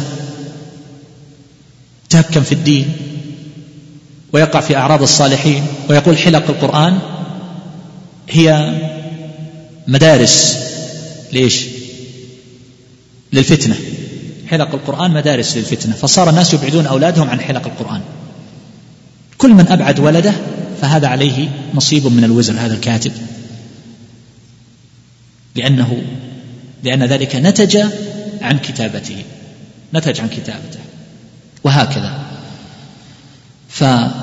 تهكم في الدين ويقع في أعراض الصالحين، ويقول حلق القرآن هي مدارس ليش؟ للفتنة. حلق القرآن مدارس للفتنة، فصار الناس يبعدون أولادهم عن حلق القرآن. كل من أبعد ولده فهذا عليه نصيب من الوزر، هذا الكاتب، لأنه لأن ذلك نتج عن كتابته نتج عن كتابته وهكذا. فهنا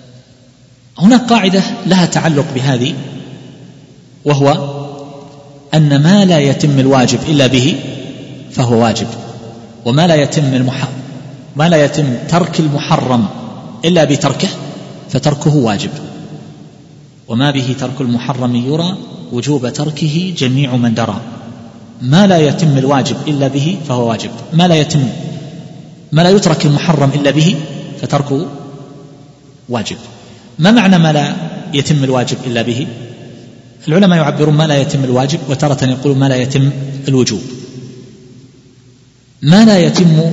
قاعدة لها تعلق بهذه، وهو أن ما لا يتم الواجب إلا به فهو واجب، وما لا يتم المح... ما لا يتم ترك المحرم إلا بتركه فتركه واجب، وما به ترك المحرم يرى وجوب تركه جميع من درى. ما لا يتم الواجب إلا به فهو واجب، ما لا يتم ما لا يترك المحرم إلا به فتركه واجب. ما معنى ما لا يتم الواجب إلا به؟ العلماء يعبرون ما لا يتم الواجب، وتارة يقولون ما لا يتم الوجوب. ما لا يتم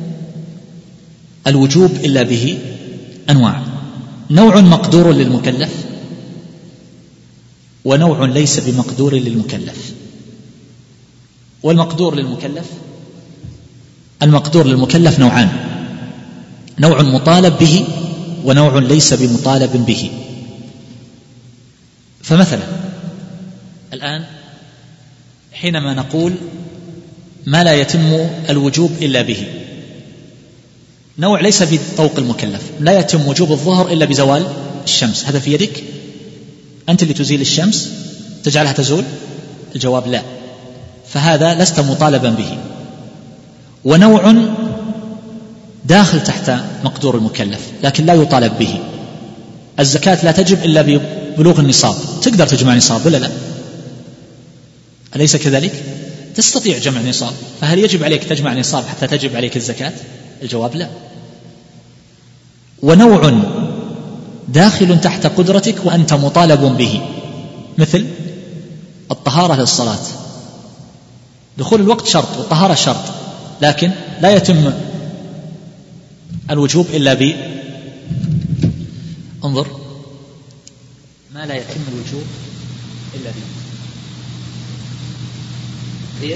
الوجوب إلا به أنواع: نوع مقدور للمكلف، ونوع ليس بمقدور للمكلف. والمقدور للمكلف المقدور للمكلف نوعان: نوع مطالب به ونوع ليس بمطالب به. فمثلا الآن حينما نقول ما لا يتم الوجوب إلا به، نوع ليس في طوق المكلف، لا يتم وجوب الظهر إلا بزوال الشمس، هذا في يدك أنت اللي تزيل الشمس تجعلها تزول؟ الجواب لا، فهذا لست مطالبا به. ونوع داخل تحت مقدور المكلف لكن لا يطالب به: الزكاة لا تجب إلا ببلوغ النصاب. تقدر تجمع نصاب ولا لا؟ أليس كذلك؟ تستطيع جمع نصاب، فهل يجب عليك تجمع نصاب حتى تجب عليك الزكاة؟ الجواب لا. ونوع داخل تحت قدرتك وأنت مطالب به، مثل الطهارة للصلاة، دخول الوقت شرط والطهارة شرط، لكن لا يتم الوجوب إلا ب انظر ما لا يتم الوجوب إلا به هي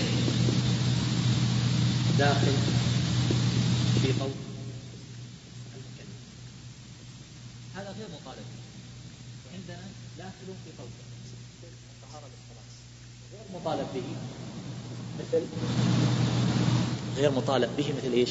داخل في طوق المكلف، هذا غير مطالب، وعندنا داخل في طوق الطهارة للصلاة غير مطالب به، مثل غير مطالب به مثل إيش؟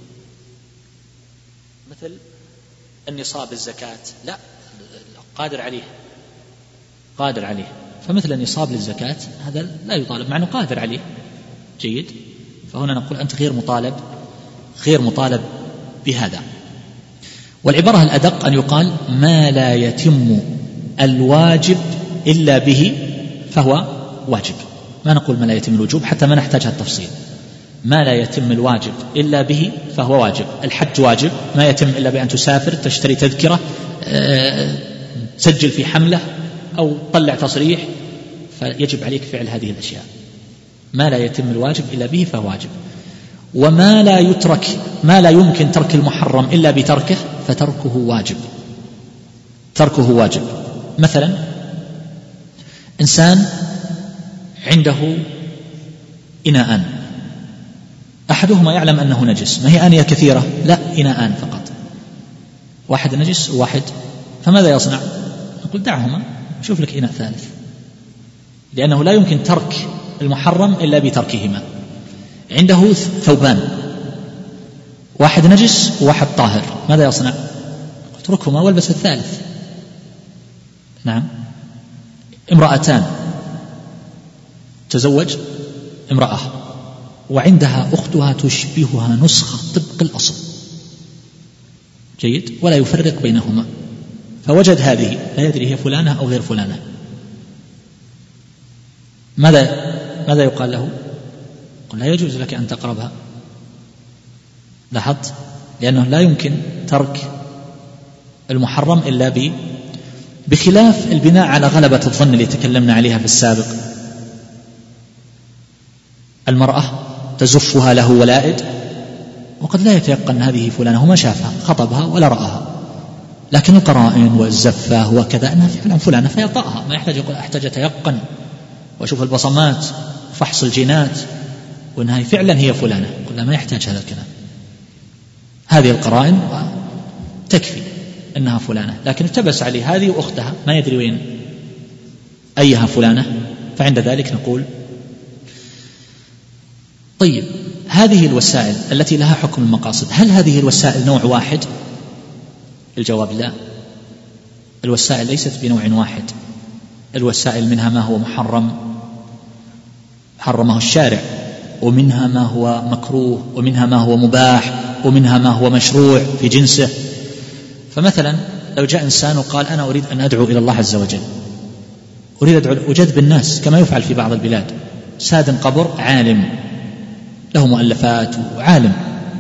مثل النصاب الزكاة، لا قادر عليه قادر عليه فمثل النصاب للزكاة هذا لا يطالب مع أنه قادر عليه. جيد، فهنا نقول أنت غير مطالب غير مطالب بهذا. والعبارة الأدق أن يقال ما لا يتم الواجب إلا به فهو واجب، ما نقول ما لا يتم الوجوب حتى ما نحتاجها التفصيل. ما لا يتم الواجب إلا به فهو واجب. الحج واجب، ما يتم إلا بأن تسافر، تشتري تذكرة، تسجل في حملة أو طلع تصريح، فيجب عليك فعل هذه الأشياء. ما لا يتم الواجب إلا به فهو واجب. وما لا يترك ما لا يمكن ترك المحرم إلا بتركه فتركه واجب تركه واجب. مثلا إنسان عنده إناءان، أحدهما يعلم أنه نجس، ما هي آنية كثيرة؟ لا، إناءان فقط، واحد نجس وواحد، فماذا يصنع؟ نقول دعهما، شوف لك إناء ثالث، لأنه لا يمكن ترك المحرم إلا بتركهما. عنده ثوبان، واحد نجس وواحد طاهر، ماذا يصنع؟ اتركهما والبس الثالث. نعم. امرأتان، تزوج امرأة وعندها أختها تشبهها نسخة طبق الأصل، جيد، ولا يفرق بينهما، فوجد هذه لا يدري هي فلانة أو غير فلانة، ماذا ماذا يقال له؟ قل لا يجوز لك أن تقربها. لاحظت؟ لأنه لا يمكن ترك المحرم إلا ب بخلاف البناء على غلبة الظن اللي تكلمنا عليها في السابق. المرأة تزفها له ولائد وقد لا يتيقن هذه فلانة، وما شافها، خطبها ولا رآها، لكن القرائن والزفة وكذا أنها فعلا فلانة فيطأها، ما يحتاج يقول أحتاج أتيقن وأشوف البصمات وفحص الجينات وأنها فعلا هي فلانة، قلنا ما يحتاج هذا الكلام، هذه القرائن تكفي أنها فلانة، لكن التبس عليه هذه وأختها ما يدري وين أيها فلانة، فعند ذلك نقول طيب هذه الوسائل التي لها حكم المقاصد، هل هذه الوسائل نوع واحد؟ الجواب لا، الوسائل ليست بنوع واحد، الوسائل منها ما هو محرم حرمه الشارع، ومنها ما هو مكروه، ومنها ما هو مباح، ومنها ما هو مشروع في جنسه. فمثلا لو جاء إنسان وقال أنا أريد أن أدعو إلى الله عز وجل، أريد أدعو وجذب الناس كما يفعل في بعض البلاد، ساد قبر عالم له مؤلفات وعالم،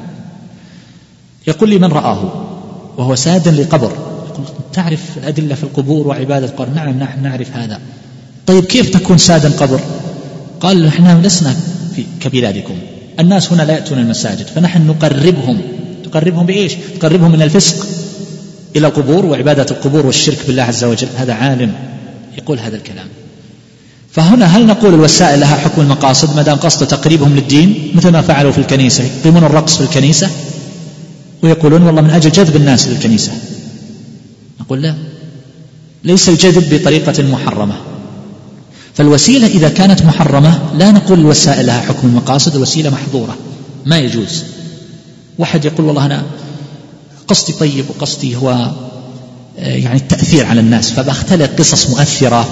يقول لي من رآه وهو ساد لقبر، يقول تعرف الأدلة في القبور وعبادة القبر؟ نعم نحن نعرف هذا. طيب كيف تكون سادا قبر؟ قال نحن لسنا في كبلادكم، الناس هنا لا يأتون المساجد، فنحن نقربهم. تقربهم بإيش؟ تقربهم من الفسق إلى القبور وعبادة القبور والشرك بالله عز وجل. هذا عالم يقول هذا الكلام. فهنا هل نقول الوسائل لها حكم المقاصد ما دام قصد تقريبهم للدين، مثل ما فعلوا في الكنيسة، يقيمون الرقص في الكنيسة ويقولون والله من أجل جذب الناس للكنيسة؟ نقول لا، ليس الجذب بطريقة محرمة. فالوسيلة إذا كانت محرمة لا نقول الوسائل لها حكم المقاصد، الوسيلة محظورة ما يجوز. واحد يقول والله أنا قصدي طيب وقصدي هو يعني التأثير على الناس، فبختلق قصص مؤثرة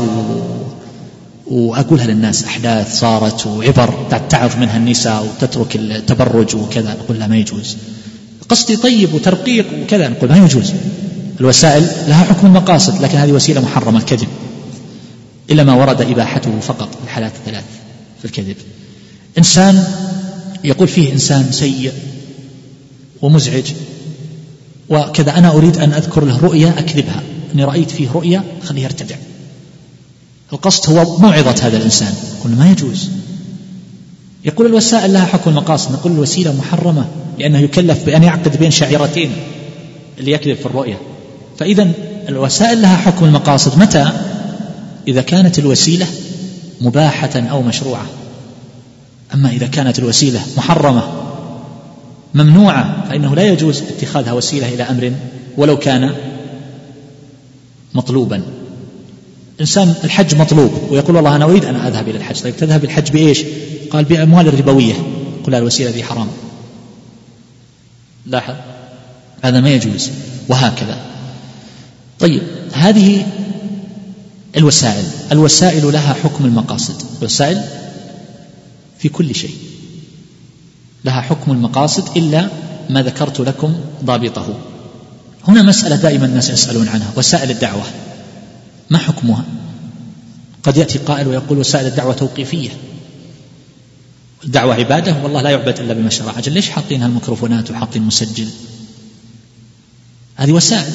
وأقولها للناس، أحداث صارت وعبر تتعظ منها النساء وتترك التبرج وكذا، نقول لا ما يجوز. قصدي طيب وترقيق وكذا، نقول ما يجوز. الوسائل لها حكم المقاصد، لكن هذه وسيلة محرمة الكذب، إلا ما ورد إباحته فقط، الحالات الثلاث في الكذب. إنسان يقول فيه إنسان سيء ومزعج وكذا، أنا أريد أن أذكر له رؤيا أكذبها، أني رأيت فيه رؤيا خليه يرتدع. القصد هو موعظة هذا الإنسان، قلنا ما يجوز. يقول الوسائل لها حكم المقاصد، نقول الوسيلة محرمة لأنه يكلف بأن يعقد بين شعيرتين اللي يكذب في الرؤيا. فإذا الوسائل لها حكم المقاصد متى؟ إذا كانت الوسيلة مباحة أو مشروعة. أما إذا كانت الوسيلة محرمة ممنوعة فإنه لا يجوز اتخاذها وسيلة إلى أمر ولو كان مطلوبا. إنسان الحج مطلوب ويقول والله أنا أريد أن أذهب إلى الحج، طيب تذهب الحج بإيش؟ قال بأموال الربوية، قل الوسيلة ذي حرام، لاحظ هذا ما يجوز، وهكذا. طيب هذه الوسائل، الوسائل لها حكم المقاصد، الوسائل في كل شيء لها حكم المقاصد إلا ما ذكرت لكم ضابطه. هنا مسألة دائما الناس يسألون عنها، وسائل الدعوة ما حكمها؟ قد يأتي قائل ويقول وسائل الدعوة توقيفية، الدعوة عبادة والله لا يعبد إلا بما شرع، أجل ليش حاطين هالميكروفونات وحاطين مسجل؟ هذه وسائل،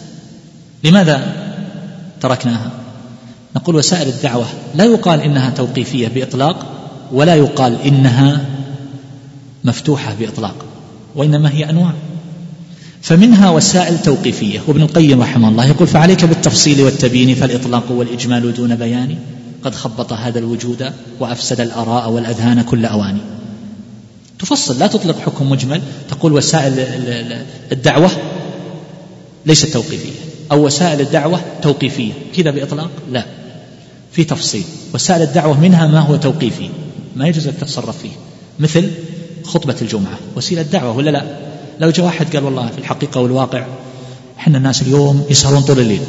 لماذا تركناها؟ نقول وسائل الدعوة لا يقال إنها توقيفية بإطلاق، ولا يقال إنها مفتوحة بإطلاق، وإنما هي أنواع. فمنها وسائل توقيفية، وابن القيم رحمه الله يقول فعليك بالتفصيل والتبيين، فالإطلاق والإجمال دون بيان قد خبط هذا الوجود وأفسد الآراء والأذهان كل أواني. تفصل، لا تطلق حكم مجمل تقول وسائل الدعوة ليست توقيفية أو وسائل الدعوة توقيفية كذا بإطلاق، لا، في تفصيل. وسائل الدعوة منها ما هو توقيفي ما يجوز أن تتصرف فيه، مثل خطبة الجمعة وسيلة دعوة ولا لا؟ لو جاء واحد قال والله في الحقيقة والواقع إحنا الناس اليوم يسهرون طول الليل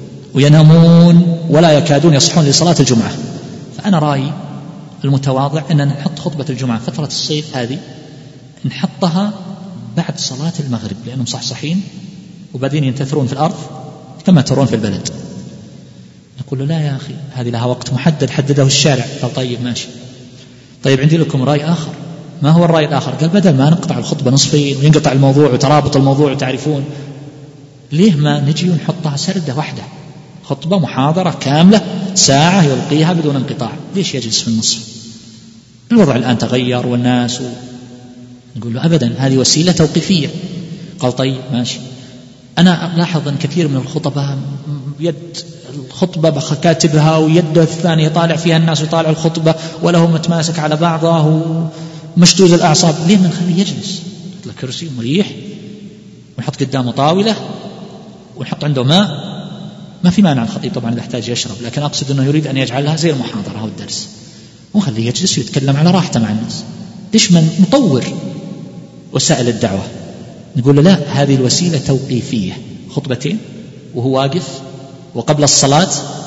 وينامون ولا يكادون يصحون لصلاة الجمعة، فأنا رأيي المتواضع أن نحط خطبة الجمعة فترة الصيف هذه نحطها بعد صلاة المغرب، لأنهم صحصحين وبعدين ينتثرون في الأرض كما ترون في البلد. نقول له لا يا أخي، هذه لها وقت محدد حدده الشارع. قال طيب ماشي. طيب عندي لكم رأي آخر. ما هو الرأي الآخر؟ قال بدل ما نقطع الخطبة نصفين وينقطع الموضوع وترابط الموضوع وتعرفون، ليه ما نجي ونحطها سردة واحدة، خطبة محاضرة كاملة ساعة يلقيها بدون انقطاع، ليش يجلس في النصف؟ الوضع الآن تغير والناس و... نقول له أبدا، هذه وسيلة توقيفية. قال طيب ماشي. أنا ألاحظ أن كثير من الخطباء يد الخطبة كاتبها ويده الثانية طالع فيها الناس وطالع الخطبة وله متماسك على بعضه ومشدود الأعصاب، ليه ما نخليه يجلس؟ نحط له كرسي مريح ونحط قدامه طاولة ونحط عنده ماء، ما في مانع الخطيب طبعا إذا احتاج يشرب، لكن أقصد أنه يريد أن يجعلها زي المحاضرة أو الدرس، ونخليه يجلس ويتكلم على راحته مع الناس. ليش ما نطور وسائل الدعوة؟ نقول له لا، هذه الوسيلة توقيفية، خطبتين وهو واقف، وقبل الصلاة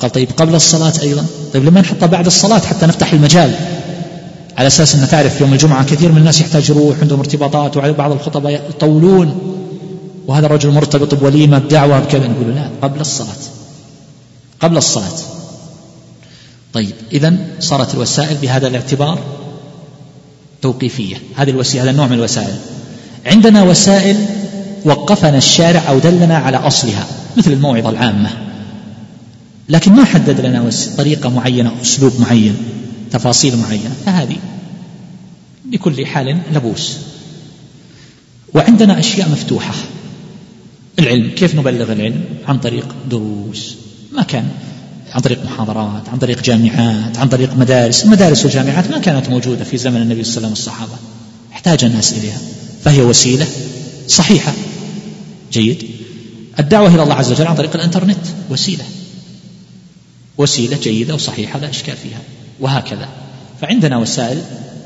قال طيب قبل الصلاة أيضا، طيب لما نحطها بعد الصلاة حتى نفتح المجال، على أساس أن تعرف يوم الجمعة كثير من الناس يحتاج يروح عندهم ارتباطات، وعلى بعض الخطباء يطولون، وهذا الرجل مرتبط بوليمة بدعوة بكذا، نقول لا قبل الصلاة، قبل الصلاة. طيب إذن صارت الوسائل بهذا الاعتبار توقيفية، هذه الوسيلة، هذا النوع من الوسائل. عندنا وسائل وقفنا الشارع أو دلنا على أصلها مثل الموعظة العامة، لكن ما حدد لنا طريقة معينة، أسلوب معين، تفاصيل معينة، فهذه بكل حال لبوس. وعندنا أشياء مفتوحة، العلم كيف نبلغ العلم؟ عن طريق دروس، ما كان عن طريق محاضرات، عن طريق جامعات، عن طريق مدارس. المدارس والجامعات ما كانت موجودة في زمن النبي صلى الله عليه وسلم والصحابة، احتاج الناس إليها، فهي وسيلة صحيحة. جيد. الدعوة إلى الله عز وجل عن طريق الإنترنت وسيلة، وسيلة جيدة وصحيحة لا إشكال فيها، وهكذا. فعندنا وسائل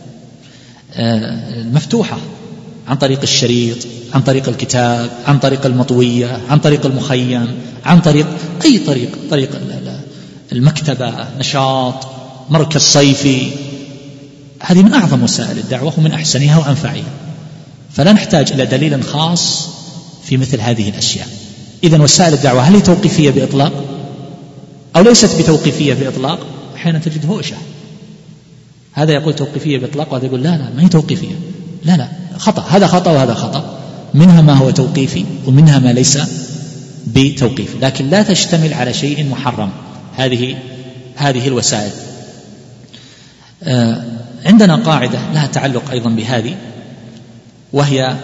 مفتوحة عن طريق الشريط، عن طريق الكتاب، عن طريق المطوية، عن طريق المخيم، عن طريق أي طريق، طريق المكتبة، نشاط، مركز صيفي. هذه من أعظم وسائل الدعوة ومن أحسنها وأنفعها، فلا نحتاج إلى دليل خاص في مثل هذه الأشياء. إذن وسائل الدعوة هل هي توقيفية بإطلاق أو ليست بتوقيفية بإطلاق؟ أحيانا تجد هوشة، هذا يقول توقيفية بإطلاق وهذا يقول لا لا ما هي توقيفية، لا لا خطأ، هذا خطأ وهذا خطأ، منها ما هو توقيفي ومنها ما ليس بتوقيف، لكن لا تشتمل على شيء محرم. هذه هذه الوسائل. آه عندنا قاعدة لها تعلق أيضا بهذه، وهي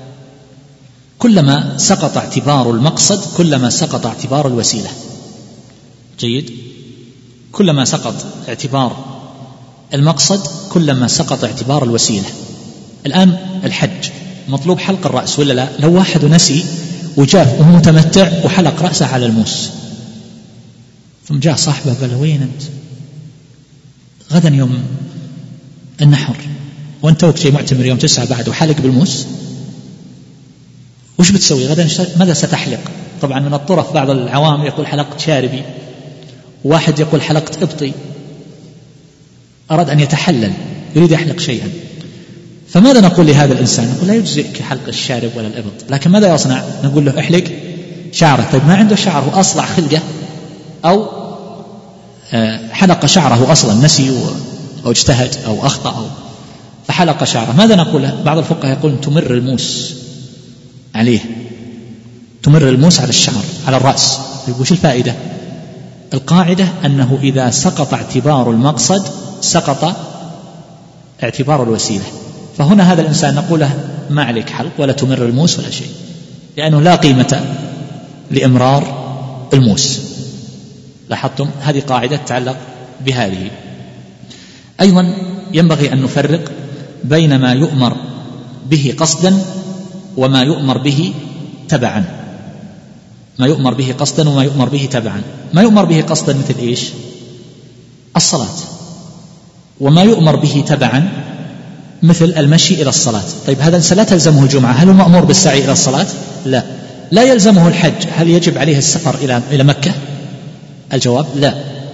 كلما سقط اعتبار المقصد كلما سقط اعتبار الوسيلة. جيد. كلما سقط اعتبار المقصد كلما سقط اعتبار الوسيلة. الآن الحج مطلوب حلق الرأس ولا لا؟ لو واحد نسي وجاء وهو متمتع وحلق رأسه على الموس، ثم جاء صاحبه قال وين أنت؟ غدا يوم النحر وأنت توك جاي معتمر يوم تسعة بعد وحلق بالموس، وش بتسوي غدا؟ ماذا ستحلق؟ طبعا من الطرف بعض العوام يقول حلقت شاربي، واحد يقول حلقت إبطي، أراد أن يتحلل يريد يحلق شيئا، فماذا نقول لهذا الإنسان؟ نقول لا يجزئك حلق الشارب ولا الإبط، لكن ماذا يصنع؟ نقول له احلق شعره. طيب ما عنده شعر، هو أصلع خلقه أو حلق شعره أصلا، نسي أو اجتهد أو أخطأ أو فحلق شعره، ماذا نقول له؟ بعض الفقهاء يقول تمر الموس عليه، تمر الموس على الشعر على الرأس. يقول وش الفائدة؟ القاعدة أنه إذا سقط اعتبار المقصد سقط اعتبار الوسيلة، فهنا هذا الإنسان نقول له ما عليك حلق ولا تمر الموس ولا شيء، لأنه لا قيمة لإمرار الموس. لاحظتم؟ هذه قاعدة تتعلق بهذه. أيضا ينبغي أن نفرق بين ما يؤمر به قصدا وما يؤمر به تبعا. ما يؤمر به قصدا وما يؤمر به تبعا. ما يؤمر به قصدا مثل إيش؟ الصلاة. وما يؤمر به تبعا مثل المشي إلى الصلاة. طيب هذا لا تلزمه الجمعة، هل هو مأمور بالسعي إلى الصلاة؟ لا. لا يلزمه الحج، هل يجب عليه السفر إلى إلى مكة؟ الجواب لا.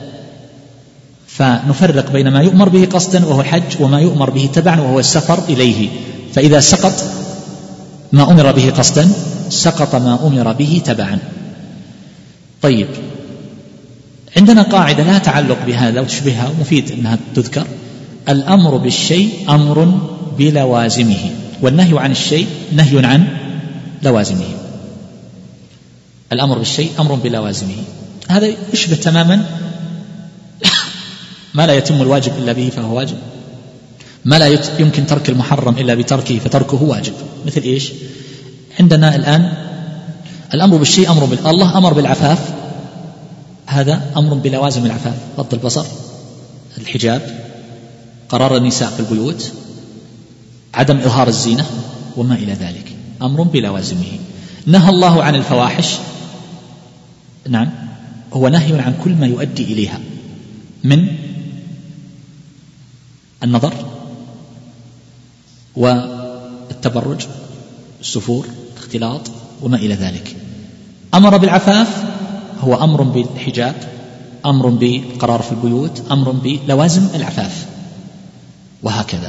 فنفرق بين ما يؤمر به قصدا وهو الحج وما يؤمر به تبعا وهو السفر إليه. فإذا سقط ما أمر به قصدا سقط ما أمر به تبعا. طيب عندنا قاعدة لا تعلق بهذا وتشبهها ومفيد أنها تذكر: الأمر بالشيء أمر بلوازمه، والنهي عن الشيء نهي عن لوازمه. الأمر بالشيء أمر بلوازمه، هذا يشبه تماما ما لا يتم الواجب إلا به فهو واجب، ما لا يمكن ترك المحرم إلا بتركه فتركه واجب. مثل إيش؟ عندنا الآن الأمر بالشيء أمر بال... الله أمر بالعفاف، هذا أمر بلوازم العفاف: غض البصر، الحجاب، قرار النساء في البيوت، عدم إظهار الزينة وما إلى ذلك، أمر بلوازمه. نهى الله عن الفواحش، نعم، هو نهي عن كل ما يؤدي إليها من النظر والتبرج، السفور، الاختلاط وما إلى ذلك. أمر بالعفاف هو أمر بالحجاب، أمر بقرار في البيوت، أمر بلوازم العفاف، وهكذا.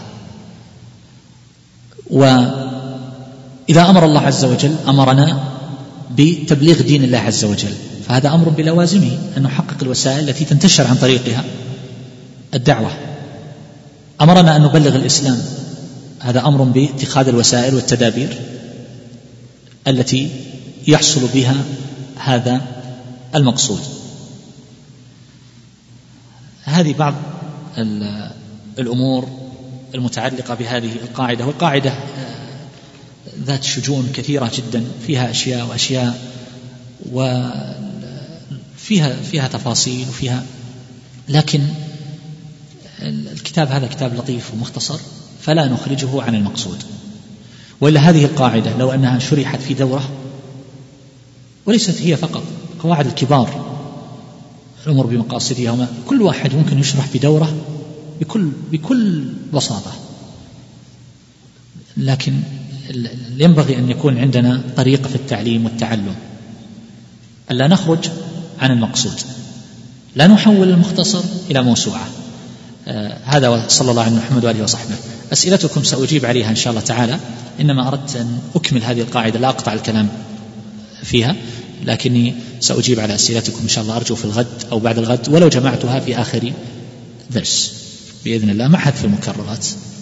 وإذا أمر الله عز وجل أمرنا بتبليغ دين الله عز وجل، فهذا أمر بلوازمه، أن نحقق الوسائل التي تنتشر عن طريقها الدعوة. أمرنا أن نبلغ الإسلام، هذا أمر باتخاذ الوسائل والتدابير التي يحصل بها هذا المقصود. هذه بعض الأمور المتعلقة بهذه القاعدة، والقاعدة ذات شجون كثيرة جدا، فيها أشياء وأشياء، وفيها فيها تفاصيل وفيها، لكن الكتاب هذا كتاب لطيف ومختصر فلا نخرجه عن المقصود. وإلا هذه القاعدة لو أنها شرحت في دورة، وليست هي فقط، قواعد الكبار الأمور بمقاصدها وما، كل واحد ممكن يشرح في دورة بكل بكل بساطة، لكن ينبغي أن يكون عندنا طريقة في التعليم والتعلم، ألا نخرج عن المقصود، لا نحول المختصر إلى موسوعة. آه هذا وصلى الله على محمد وآله وصحبه. أسئلتكم سأجيب عليها إن شاء الله تعالى، إنما أردت أن أكمل هذه القاعدة، لا أقطع الكلام فيها، لكني سأجيب على أسئلتكم إن شاء الله، أرجو في الغد أو بعد الغد، ولو جمعتها في آخر درس بإذن الله مع حذف المكررات.